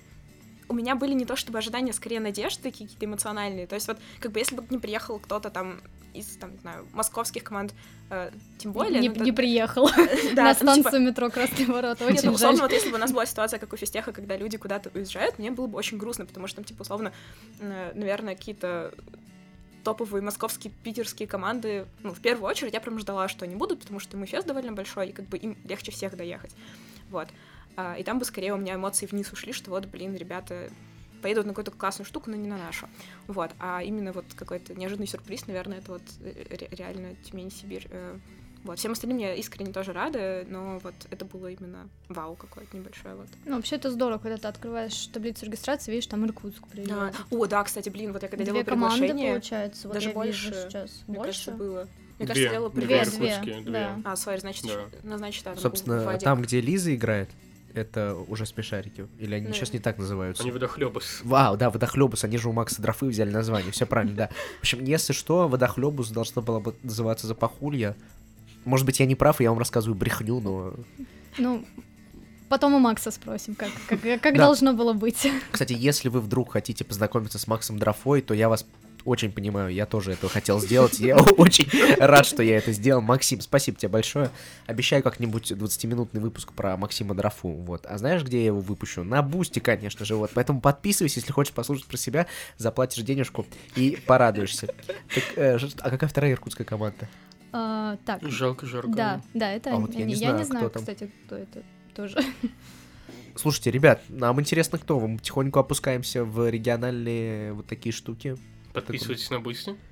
у меня были не то чтобы ожидания, скорее надежды какие-то эмоциональные. То есть вот, как бы, если бы не приехал кто-то там из, там, не знаю, московских команд, тем более... Не приехал на станцию метро Красные Ворота, очень жаль. Условно, вот если бы у нас была ситуация, как у Физтеха, когда люди куда-то уезжают, мне было бы очень грустно, потому что там, типа, условно, наверное, какие-то топовые московские, питерские команды, ну, в первую очередь я прям ждала, что они будут, потому что МФС довольно большой, и как бы им легче всех доехать. Вот. И там бы скорее у меня эмоции вниз ушли, что вот, блин, ребята поедут на какую-то классную штуку, но не на нашу. Вот. А именно вот какой-то неожиданный сюрприз, наверное, это вот реально Тюмень, Сибирь. Вот. Всем остальным я искренне тоже рада, но вот это было именно вау какое-то небольшое. Вот. Ну, вообще это здорово, когда ты открываешь таблицу регистрации, видишь, там Иркутск приезжал. Да. О, да, кстати, блин, вот я когда делала 2 команды, приглашение... получается, вот даже я больше, вижу сейчас. Мне Больше? кажется, было. Мне Две. кажется, делала Две приглашение. иркутские, да. Сори, значит, Да. ну, значит, да, там был Собственно, Вадик. там, где Лиза играет, это уже смешарики. Или они Да. сейчас не так называются? Они водохлебус. Вау, да, Водохлебус, они же у Макса Дрофы взяли название, все правильно, да. В общем, если что, Водохлебус должна была бы называться Запахулья. Может быть, я не прав, и я вам рассказываю брехню, но... Ну, потом у Макса спросим, как Да. должно было быть. Кстати, если вы вдруг хотите познакомиться с Максом Дрофой, то я вас очень понимаю, я тоже этого хотел сделать, я очень рад, что я это сделал. Максим, спасибо тебе большое. Обещаю как-нибудь 20-минутный выпуск про Максима Дрофу, вот. А знаешь, где я его выпущу? На Бусти, конечно же, вот. Поэтому подписывайся, если хочешь послушать про себя, заплатишь денежку и порадуешься. Так, а какая вторая иркутская команда? Так, Жалко, жарко. да, это А вот я они. не Я не знаю, знаю, кто там. кстати, кто это тоже. Слушайте, ребят, нам интересно, кто вы. Мы потихоньку опускаемся в региональные вот такие штуки. Подписывайтесь на Бусти.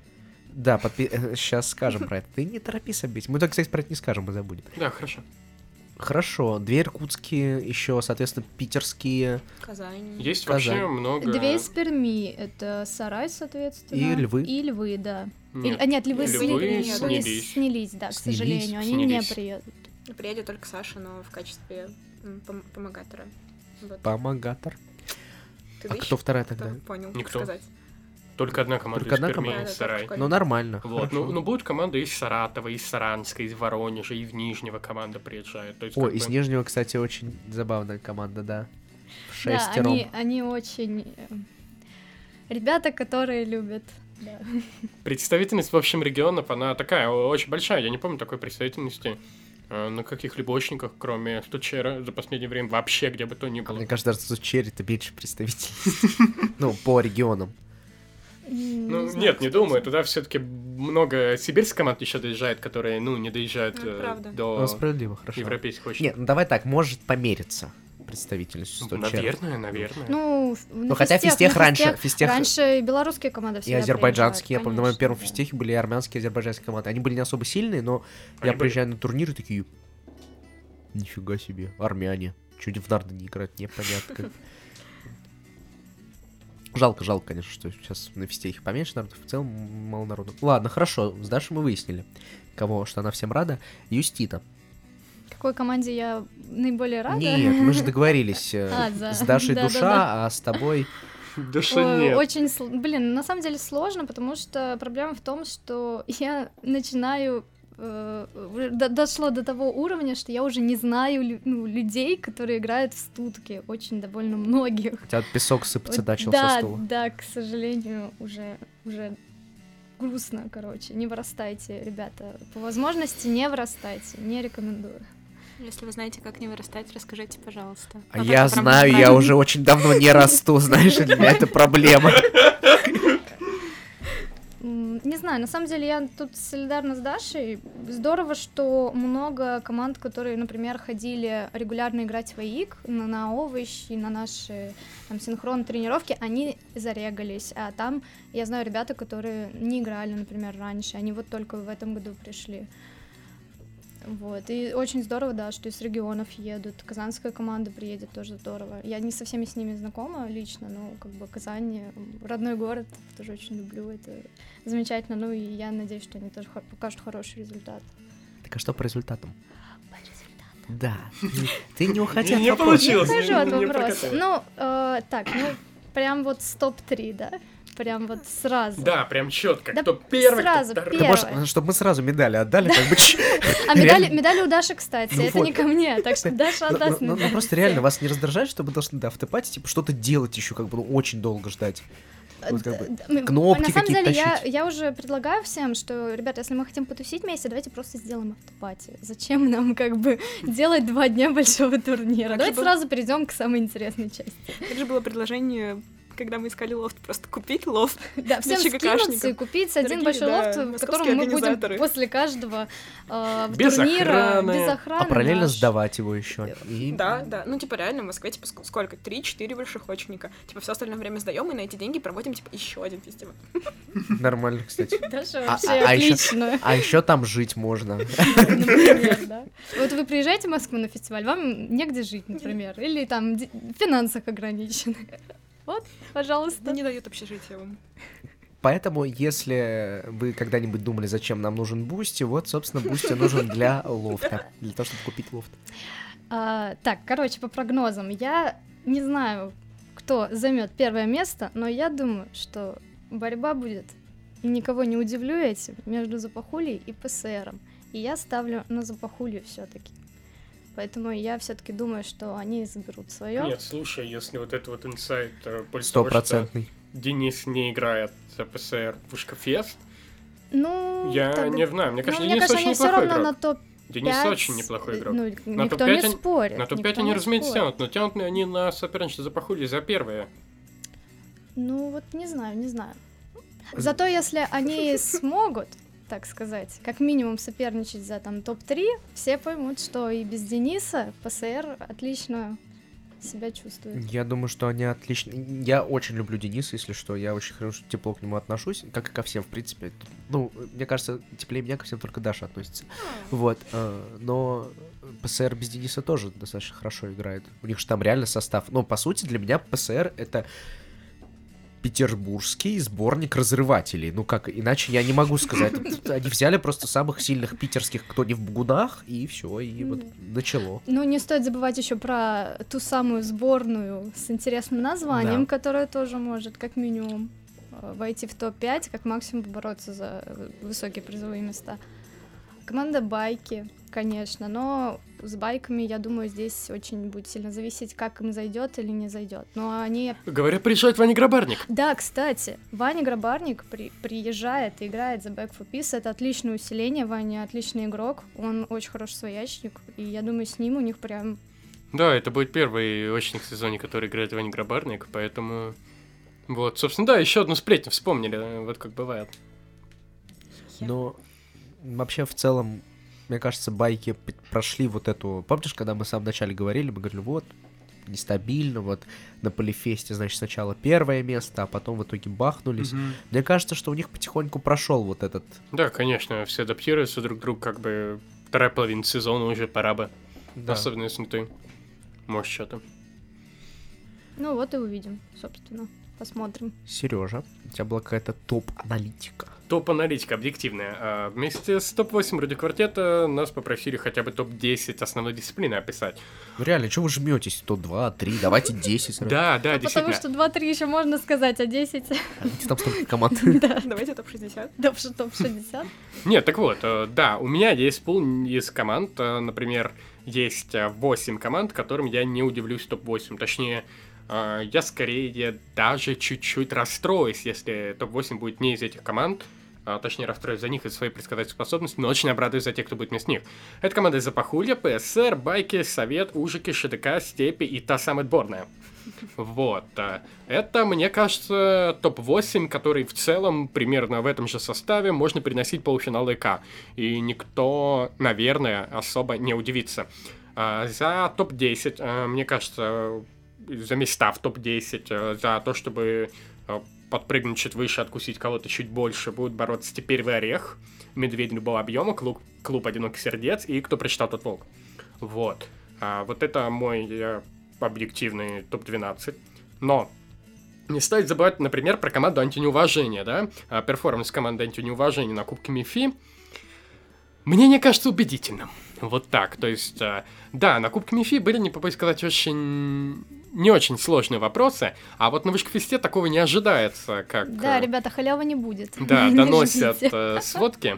Да, сейчас скажем про это. Ты не торопись объять. Мы так, кстати, про это не скажем, мы забудем. Да, хорошо. Хорошо, 2 иркутские, еще, соответственно, питерские. Казань. Есть Казань. вообще много... 2 из Перми, это Сарай, соответственно. И Львы. И Львы, да. Нет, Нет, Львы снялись. снялись, да, к Снялись, сожалению, они не снялись. приедут. Приедет только Саша, но в качестве помогатора. Вот. Помогатор. Ты А ищешь? кто вторая тогда? Кто понял, как Никто. сказать. Только одна команда Только из одна Перми, команда? Да, Сарай. только Ну, нормально. Вот, хорошо. ну будет команда из Саратова, из Саранска, из Воронежа, и в Нижнего команда приезжает. То есть, О, как из бы, Нижнего, кстати, очень забавная команда, да. В Да, шестером. они очень... Ребята, которые любят. Да. представительность, в общем, регионов, она такая очень большая. Я не помню такой представительности на каких-либо очниках, кроме Стучера, за последнее время вообще где бы то ни А было. мне кажется, что Черри это меньше представителей. Ну, по регионам. Ну, знаю, нет, не кстати. думаю. Туда все-таки много сибирских команд еще доезжает, которые, ну, не доезжают правда. Ну, до справедливо, хорошо. европейских очников. Нет, ну давай так, может помериться представительностью Стучера. Наверное. Ну, Ну, хотя физтех раньше, Раньше и белорусские команды и всегда азербайджанские, я приезжают, помню, на моем первом конечно, физтехе были и армянские, и азербайджанские команды. Они были не особо сильные, но я Они приезжаю на турниры, такие, нифига себе, армяне. Чуть в нарды не играть, непонятно. Жалко, конечно, что сейчас на физтехе поменьше народу, в целом мало народу. Ладно, хорошо, с Дашей мы выяснили, кого, что она всем рада. Юстита. да. Какой команде я наиболее рада? Нет, мы же договорились да. с Дашей Да-да-да. душа, а с тобой... Да что Ой, нет. очень, блин, на самом деле сложно, потому что проблема в том, что я начинаю дошло до того уровня, что я уже не знаю людей, которые играют в стутки, очень довольно многих. У тебя песок сыпаться Вот начал да, со стула. Да, к сожалению, уже грустно, короче. Не вырастайте, ребята. По возможности не вырастайте, не рекомендую. Если вы знаете, как не вырастать, расскажите, пожалуйста. А Вот я это прям знаю, я правильно. уже очень давно не расту, знаешь, для меня это проблема. Не знаю, на самом деле я тут солидарна с Дашей. Здорово, что много команд, которые, например, ходили регулярно играть в АИК, на овощи, на наши там, синхрон тренировки, они зарегались. А там я знаю ребята, которые не играли, например, раньше, они вот только в этом году пришли. Вот, и очень здорово, да, что из регионов едут. Казанская команда приедет, тоже здорово. Я не со всеми с ними знакома лично, но как бы Казань, родной город, тоже очень люблю, это замечательно. Ну и я надеюсь, что они тоже покажут хороший результат. Так а что по результатам? Да, ты не уходи от Не вопроса. получилось. Не ухожу от не вопроса. прокатило. Ну, так, прям вот с топ-3, да? Прям вот сразу. Да, прям четко. Да Кто первый, сразу, кто второй. первый. Ты можешь, чтобы мы сразу медали отдали, как бы... А реально. медали у Даши, кстати, Ну это вот. не ко мне, так что Даша отдаст Ну, медаль. просто реально вас не раздражает, что вы должны, да, в автопате, типа, что-то делать еще, как бы, ну, очень долго ждать. Вот как бы кнопки На самом какие-то деле, тащить. я уже предлагаю всем, что, ребята, если мы хотим потусить вместе, давайте просто сделаем автопати. Зачем нам, как бы, делать 2 дня большого турнира? Так Давайте же сразу перейдем к самой интересной части. Также было предложение, когда мы искали лофт, просто купить лофт. Да, всем ЧГКшников. скинуться и купить один Дорогие, большой да, лофт, в московские котором мы будем организаторы. после каждого Без турнира охраны. без охраны. А параллельно наш. сдавать его еще. И... Да, ну, типа, реально, в Москве, типа, сколько? 3-4 больших очника. Типа, все остальное время сдаем и на эти деньги проводим, типа, еще один фестиваль. Нормально, кстати. Даша А- вообще а еще- отлично. А еще там жить можно. Например, да. Вот вы приезжаете в Москву на фестиваль, вам негде жить, например, или там в финансах ограничены. Вот, пожалуйста. Не дают общежитие вам. Поэтому, если вы когда-нибудь думали, зачем нам нужен Бусти, вот, собственно, Бусти нужен для лофта, для того, чтобы купить лофт. Так, короче, по прогнозам, я не знаю, кто займет первое место, но я думаю, что борьба будет, и никого не удивлю этим, между Запахулей и ПСРом. И я ставлю на Запахулью все-таки. Поэтому я все-таки думаю, что они заберут свое. Нет, слушай, если вот это вот инсайт после того, что Стопроцентный. Денис не играет за ПСР в Ушкафест, Ну, я так- не знаю. Мне ну, кажется, мне Денис кажется, очень они все неплохой равно игрок. на топ Денис 5, очень неплохой игрок. Ну, На никто топ-5 не они- спорит. На топ-5 никто они, не разумеется, спорит. тянут, но тянут ли они на соперничество за Пахули за первые? Ну, вот не знаю. Зато если они смогут, так сказать, как минимум соперничать за там топ-3, все поймут, что и без Дениса ПСР отлично себя чувствует. Я думаю, что они отлично. Я очень люблю Дениса, если что. Я очень хорошо тепло к нему отношусь, как и ко всем, в принципе. Ну, мне кажется, теплее меня ко всем только Даша относится. Вот. Но ПСР без Дениса тоже достаточно хорошо играет. У них же там реально состав. Ну, по сути, для меня ПСР — это петербургский сборник разрывателей. Ну как, иначе я не могу сказать. Они взяли просто самых сильных питерских, кто не в бгунах, и все, и вот начало. Ну, не стоит забывать еще про ту самую сборную с интересным названием, которая тоже может, как минимум, войти в топ-5, как максимум побороться за высокие призовые места. Команда Байки, конечно, но с Байками, я думаю, здесь очень будет сильно зависеть, как им зайдет или не зайдет. Но они... Говорят, приезжает Ваня Грабарник. Да, кстати, Ваня Грабарник приезжает и играет за Back for Peace. Это отличное усиление, Ваня отличный игрок, он очень хороший своячник, и я думаю, с ним у них прям... Да, это будет первый очник в сезоне, который играет Ваня Грабарник, поэтому... Вот, собственно, да, еще одну сплетню вспомнили, вот как бывает. Но вообще в целом, мне кажется, Байки прошли вот эту... Помнишь, когда мы в самом начале говорили, мы говорили, вот, нестабильно, вот, на Полифесте, значит, сначала первое место, а потом в итоге бахнулись. Мне кажется, что у них потихоньку прошел вот этот... Да, конечно, все адаптируются друг к другу, как бы вторая половина сезона уже пора бы. Да. Особенно, если ты можешь что-то. Ну вот и увидим, собственно. Посмотрим. Сережа, у тебя была какая-то топ-аналитика. Топ-аналитика объективная. Вместе с топ-8 вроде квартета нас попросили хотя бы топ-10 основной дисциплины описать. Ну реально, что вы жметесь? Топ-2, 3, давайте 10 сразу. Да, действительно. Потому что 2-3 еще можно сказать, а 10... Там столько команд. Давайте топ-60. Топ-60. Нет, так вот, да, у меня есть пул из команд. Например, есть 8 команд, которым я не удивлюсь топ-8. Точнее, я скорее даже чуть-чуть расстроюсь, если топ-8 будет не из этих команд. Точнее, расстроюсь за них из своей предсказательной способности, но очень обрадуюсь за тех, кто будет вместо них. Это команды из Запахулья, ПСР, Байки, Совет, Ужики, ШДК, Степи и та самая отборная. Вот. Это, мне кажется, топ-8, который в целом примерно в этом же составе можно переносить полуфинал ИК. И никто, наверное, особо не удивится. За топ-10, мне кажется, за места в топ-10, за то, чтобы подпрыгнуть чуть выше, откусить кого-то чуть больше, будут бороться Теперь Орех, Медведь любого объема, клуб Одиноких Сердец и Кто прочитал, тот волк. Вот. Вот это мой объективный топ-12. Но не стоит забывать, например, про команду Антинеуважения, да? Перформанс команды Антинеуважения на Кубке МИФИ мне не кажется убедительным. Вот так. То есть, да, на Кубке МИФИ были, не побоюсь сказать, не очень сложные вопросы, а вот на Вышкафесте такого не ожидается, как... Да, ребята, халявы не будет. Да, доносят сводки.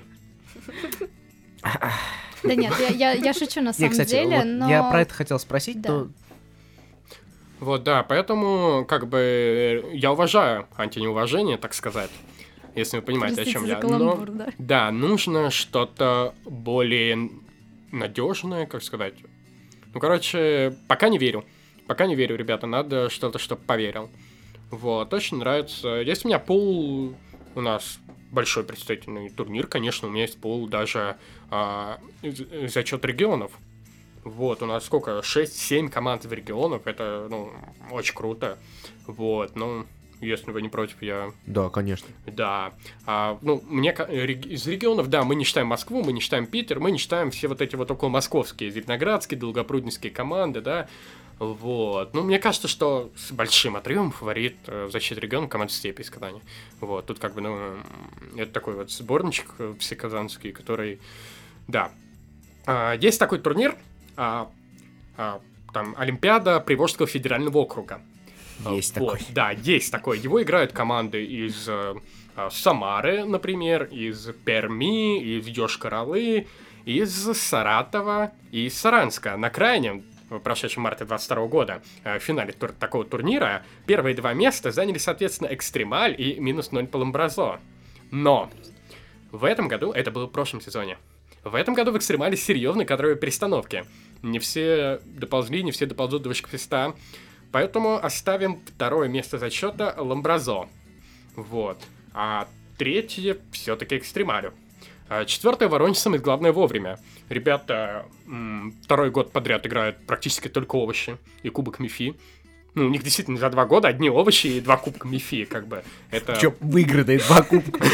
Да нет, я шучу на самом деле, но... Я про это хотел спросить, то... Вот, да, поэтому, как бы, я уважаю антинеуважение, так сказать, если вы понимаете, о чем я. Но, да, нужно что-то более надежное, как сказать. Ну, короче, пока не верю. Пока не верю, ребята, надо что-то, чтоб поверил. Вот, очень нравится. Есть у меня пул, у нас большой представительный турнир, конечно, у меня есть пул даже за счет регионов. Вот, у нас сколько? 6-7 команд в регионах, это, ну, очень круто. Вот, ну, если вы не против, я... Да, конечно. Да. Ну, мне из регионов, да, мы не считаем Москву, мы не считаем Питер, мы не считаем все вот эти вот околомосковские, зеленоградские, долгопруднические команды, да. Вот. Ну, мне кажется, что с большим отрывом фаворит в защите региона команда Степи из Казани. Вот. Тут как бы, ну, это такой вот сборничек всеказанский, который... Да. Есть такой турнир, там, Олимпиада Приволжского федерального округа. Есть вот. такой. Да, есть такой. Его играют команды из Самары, например, из Перми, из Йошкар-Олы, из Саратова и из Саранска. На крайнем, в прошедшем марте 2022 года, в финале такого турнира первые 2 места заняли, соответственно, Экстремаль и -0 по Ламбразо. Но в этом году, это было в прошлом сезоне, в этом году в Экстремале серьезные кадровые перестановки. Не все доползли, не все доползут до Вышкафеста. Поэтому оставим 2-е место зачета Ламбразо. Вот. А 3-е все-таки Экстремалю. 4-е, Воронеж самое главное вовремя. Ребята 2-й год подряд играют практически только овощи и Кубок Мифи. Ну, у них действительно за 2 года одни овощи и 2 кубка Мифи, как бы. Это... Чё, выигранные 2 кубка?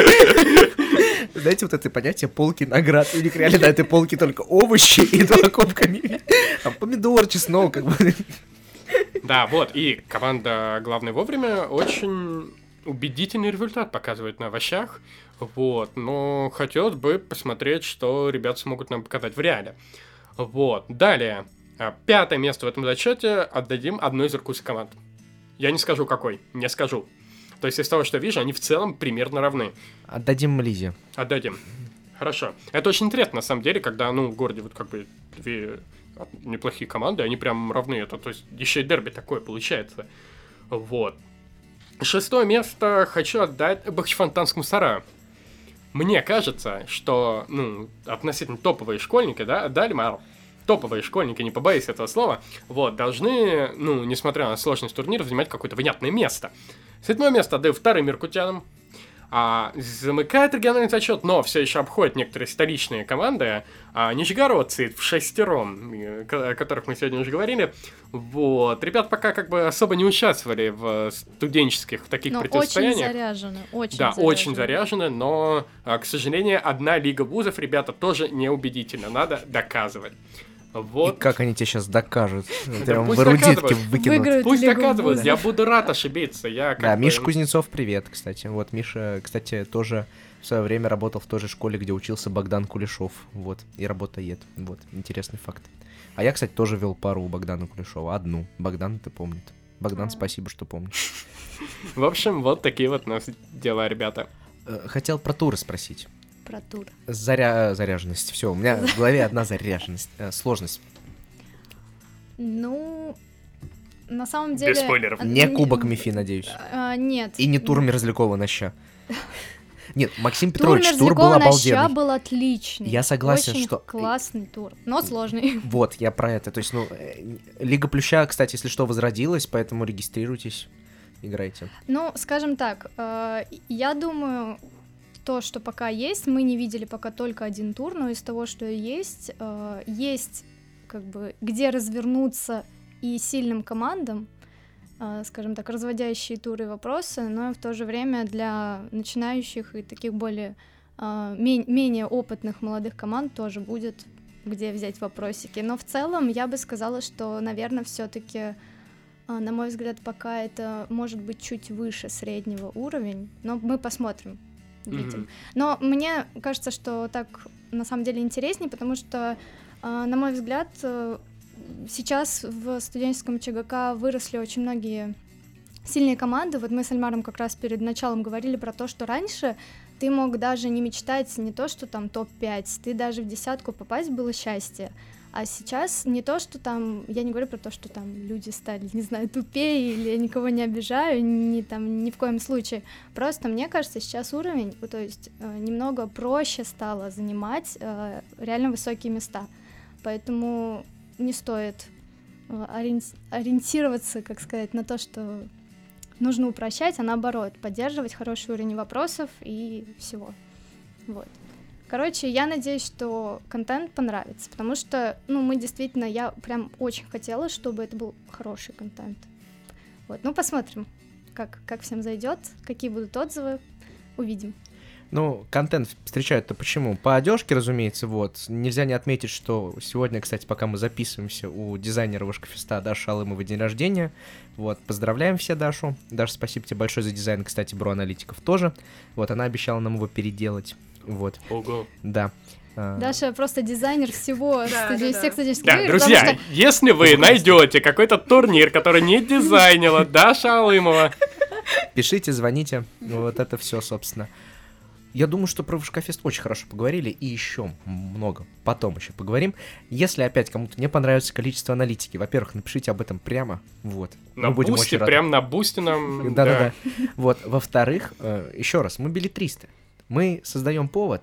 Знаете, вот это понятие полки наград. У них реально на этой полке только овощи и 2 кубка Мифи. Там помидор, чеснок, как бы. Да, вот, и команда «Главное вовремя» очень убедительный результат показывает на овощах, вот, но хотелось бы посмотреть, что ребята смогут нам показать в реале. Вот, далее, 5-е место в этом зачете отдадим одной из иркутских команд. Я не скажу какой, не скажу. То есть из того, что вижу, они в целом примерно равны. Отдадим Лизе. Отдадим. Хорошо. Это очень интересно, на самом деле, когда, ну, в городе вот как бы 2 неплохие команды, они прям равны. Это, то есть, еще и дерби такое получается. Вот. 6-е место хочу отдать Бахчисарайскому сараю. Мне кажется, что, ну, относительно топовые школьники, да, Дальмар, топовые школьники, не побоюсь этого слова, вот, должны, ну, несмотря на сложность турнира, занимать какое-то внятное место. 7-е место отдаю 2-м иркутянам. Замыкает региональный зачет, но все еще обходят некоторые столичные команды. Нижегородцы в 6-ром, о которых мы сегодня уже говорили. Вот. Ребят пока как бы особо не участвовали в студенческих таких противостояниях. Очень заряжены, очень да, заряжены. очень заряжены, но, к сожалению, одна лига вузов, ребята, тоже неубедительно. Надо доказывать. Вот. И как они тебе сейчас докажут? Да Прям пусть в эрудитке доказывают. выкинут. Выиграют. Пусть Лигу доказывают, вузов. я буду рад ошибиться. Я как Да, бы- Миша Кузнецов, привет, кстати. Вот, Миша, кстати, тоже в свое время работал в той же школе, где учился Богдан Кулешов. Вот, и работает. Вот, интересный факт. А я, кстати, тоже вел пару у Богдана Кулешова. Одну. Богдан это помнит. Богдан, спасибо, что помнишь. В общем, вот такие вот у нас дела, ребята. Хотел про туры спросить. Про тур. Заряженность. Все, у меня в голове одна заряженность. Сложность. Ну, на самом деле... Без спойлеров. Не Кубок Мифи, надеюсь. Нет. И не тур Мерзлякова на ща. Нет, Максим Тур Петрович, тур был Мерзлякова на ща обалденный. был отличный. Я согласен, Очень что- классный тур, но сложный. Вот, я про это. То есть, ну, Лига Плюща, кстати, если что, возродилась, поэтому регистрируйтесь, играйте. Ну, скажем так, я думаю, то, что пока есть, мы не видели пока только один тур, но из того, что есть, есть как бы где развернуться и сильным командам, скажем так, разводящие туры и вопросы, но в то же время для начинающих и таких более менее опытных молодых команд тоже будет где взять вопросики. Но в целом я бы сказала, что, наверное, все-таки, на мой взгляд, пока это может быть чуть выше среднего уровень, но мы посмотрим, видим. Но мне кажется, что так на самом деле интереснее, потому что, на мой взгляд, сейчас в студенческом ЧГК выросли очень многие сильные команды. Вот мы с Альмаром как раз перед началом говорили про то, что раньше ты мог даже не мечтать не то, что там топ-5, ты даже в десятку попасть было счастье. А сейчас не то, что там, я не говорю про то, что там люди стали, не знаю, тупее, или я никого не обижаю, ни в коем случае. Просто мне кажется, сейчас уровень, то есть немного проще стало занимать реально высокие места. Поэтому не стоит ориентироваться, как сказать, на то, что нужно упрощать, а наоборот, поддерживать хороший уровень вопросов и всего. Вот. Короче, я надеюсь, что контент понравится, потому что, ну, мы действительно, я прям очень хотела, чтобы это был хороший контент. Вот, ну, посмотрим, как всем зайдет, какие будут отзывы, увидим. Ну, контент встречают-то почему? По одежке, разумеется, вот. Нельзя не отметить, что сегодня, кстати, пока мы записываемся, у дизайнера Вышкафеста Даши Шалымовой день рождения. Вот, поздравляем все Дашу. Даша, спасибо тебе большое за дизайн, кстати, Бро Аналитиков тоже. Вот, она обещала нам его переделать. Вот. Ого. Да. Даша просто дизайнер всего, всех студенческих Да, игр, друзья, потому что... если вы найдете какой-то турнир, который не дизайнила Даша Алымова, Пишите, звоните. Вот это все, собственно. Я думаю, что про Вышкафест очень хорошо поговорили, и еще много потом еще поговорим. Если опять кому-то не понравится количество аналитики, во-первых, напишите об этом прямо, вот. на Мы будем бусте, очень рады. прям на бусте нам... Да-да-да. Вот, во-вторых, еще раз, мы билетристы. Мы создаем повод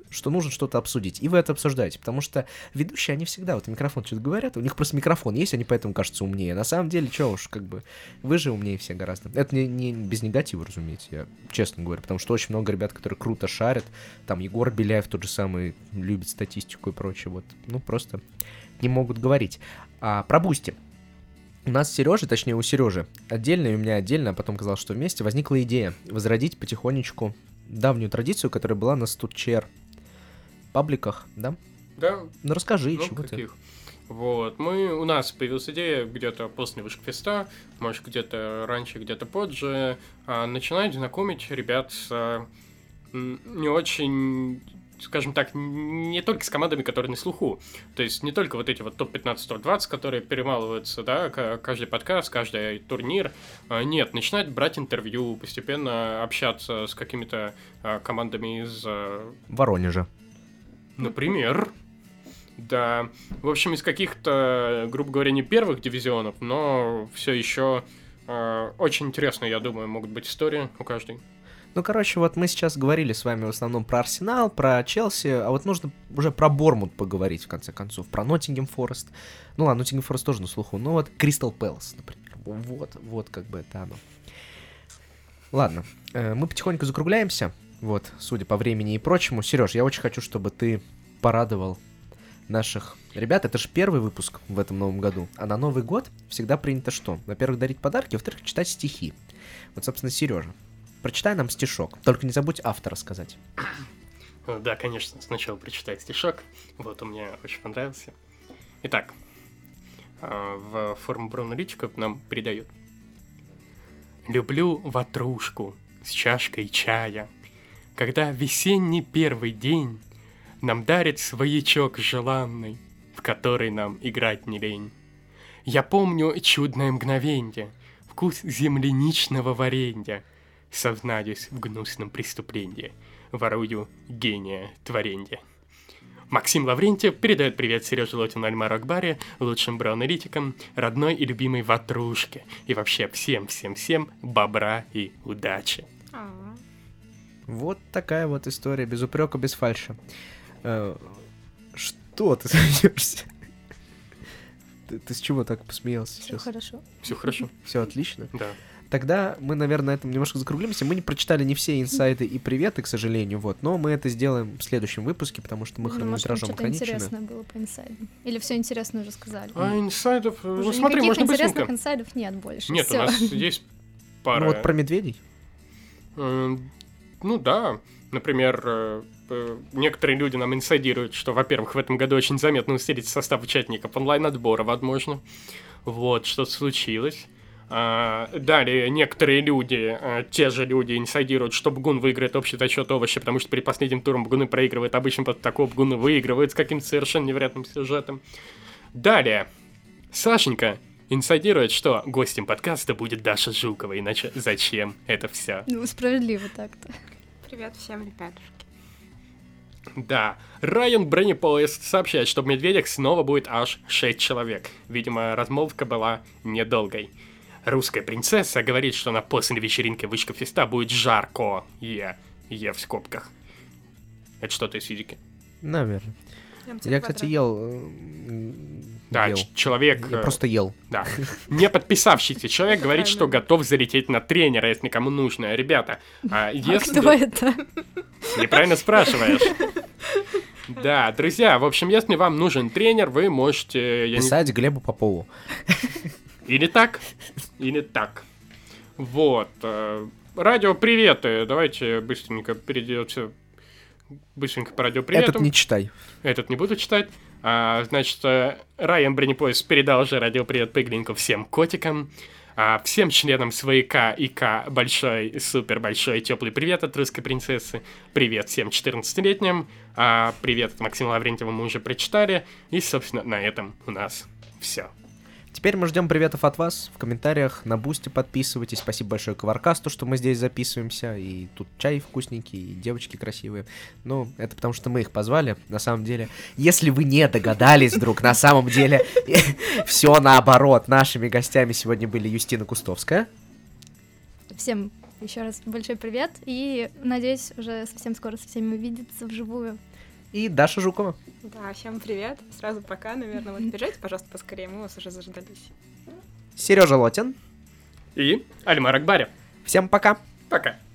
что нужно что-то обсудить, и вы это обсуждаете, потому что ведущие, они всегда вот в микрофон что-то говорят, у них просто микрофон есть, они поэтому кажутся умнее. На самом деле, что уж, как бы, вы же умнее все гораздо. Это не без негатива, разумеется, я честно говорю, потому что очень много ребят, которые круто шарят, там Егор Беляев тот же самый любит статистику и прочее, вот, ну, просто не могут говорить. А про Бусти. У нас Сережа, точнее у Сережи отдельно, и у меня отдельно, а потом казалось, что вместе, возникла идея возродить потихонечку давнюю традицию, которая была на студчер пабликах, да? Да. Ну расскажи, Ну, чего каких? Вот, у нас появилась идея где-то после Вышкафеста, может где-то раньше, где-то позже, начинать знакомить ребят с не очень, скажем так, не только с командами, которые на слуху. То есть не только вот эти вот топ-15, топ-20, которые перемалываются, да, каждый подкаст, каждый турнир. Нет, начинать брать интервью, постепенно общаться с какими-то командами из... Воронежа. Например. Да. В общем, из каких-то, грубо говоря, не первых дивизионов, но все еще очень интересные, я думаю, могут быть истории у каждой. Ну, короче, вот мы сейчас говорили с вами в основном про Арсенал, про Челси, а вот нужно уже про Бормут поговорить, в конце концов, про Ноттингем Форест. Ну ладно, Ноттингем Форест тоже на слуху, но вот Кристал Пэлас, например. Вот как бы это оно. Ладно, мы потихоньку закругляемся, вот, судя по времени и прочему. Сереж, я очень хочу, чтобы ты порадовал наших ребят. Это же первый выпуск в этом новом году, а на Новый год всегда принято что? Во-первых, дарить подарки, во-вторых, читать стихи. Вот, собственно, Сережа, прочитай нам стишок. Только не забудь автора сказать. Да, конечно, сначала прочитай стишок. Вот, он мне очень понравился. Итак, в форму броуналитика нам передают. Люблю ватрушку с чашкой чая, когда весенний первый день нам дарит своячок желанный, в который нам играть не лень. Я помню чудное мгновенье, вкус земляничного варенья. Сознаюсь в гнусном преступлении, ворую гения творенья. Максим Лаврентьев передает привет Сереже Лотину, Альмару Акбаре, лучшим браунеритикам, родной и любимой ватрушке, и вообще всем бобра и удачи. Вот такая вот история, без упрека, без фальши. Что ты смеешься? Ты с чего так посмеялся сейчас? Все хорошо. Все отлично? Да. Тогда мы, наверное, на этом немножко закруглимся. Мы не прочитали не все инсайды и приветы, к сожалению, вот, но мы это сделаем в следующем выпуске, потому что мы хронометражом ограничены. Что-то интересное было по инсайдам? Или все интересное уже сказали? А инсайдов... Уже смотри, никаких можно интересных быстренько. инсайдов нет больше. Нет, Всё. у нас есть пара... Ну вот про медведей? Ну да, например, некоторые люди нам инсайдируют, что, во-первых, в этом году очень заметно усилить состав участников онлайн-отбора, возможно. Вот, что-то случилось. Далее некоторые люди, те же люди инсайдируют, что Бгун выиграет общий зачет овощи, потому что при последнем туром Бгуны проигрывают, обычно под такого Бгуны выигрывают с каким-то совершенно невероятным сюжетом. Далее Сашенька инсайдирует, что гостем подкаста будет Даша Жукова, иначе зачем это все? Ну, справедливо так-то. Привет всем, ребятушки. Да, Райан Бронепоезд сообщает, что в «Медведях» снова будет аж 6 человек. Видимо, размолвка была недолгой. Русская принцесса говорит, что на после вечеринки Вышкафеста будет жарко. Е в скобках. Это что-то из физики? Наверное. Я, кстати, ел. Да, человек... Я просто ел. Да. Не подписавшийся человек говорит, что готов залететь на тренера, если кому нужно. Ребята, если... Кто это? Неправильно спрашиваешь. Да, друзья, в общем, если вам нужен тренер, вы можете... Писать Глебу Попову. Или так. Вот. Радиоприветы. Давайте быстренько перейдете... Быстренько по радиоприветам. Этот не читай. Этот не буду читать. Значит, Райан Бронепоезд передал уже радиопривет Пыглинку всем котикам. Всем членам свояка ИК большой, супер большой теплый привет от русской принцессы. Привет всем 14-летним. Привет от Максима Лаврентьева мы уже прочитали. И, собственно, на этом у нас все. Теперь мы ждем приветов от вас в комментариях, на Бусти подписывайтесь. Спасибо большое Коваркасту, что мы здесь записываемся. И тут чай вкусненький, и девочки красивые. Ну, это потому что мы их позвали. На самом деле, если вы не догадались вдруг, на самом деле все наоборот. Нашими гостями сегодня были Юстина Кустовская. Всем еще раз большой привет. И надеюсь, уже совсем скоро со всеми увидеться вживую. и Даша Жукова. Да, всем привет. Сразу пока, наверное. Вот бежите, пожалуйста, поскорее, мы вас уже заждались. Сережа Лотин. И Альмар Акбарев. Всем пока. Пока.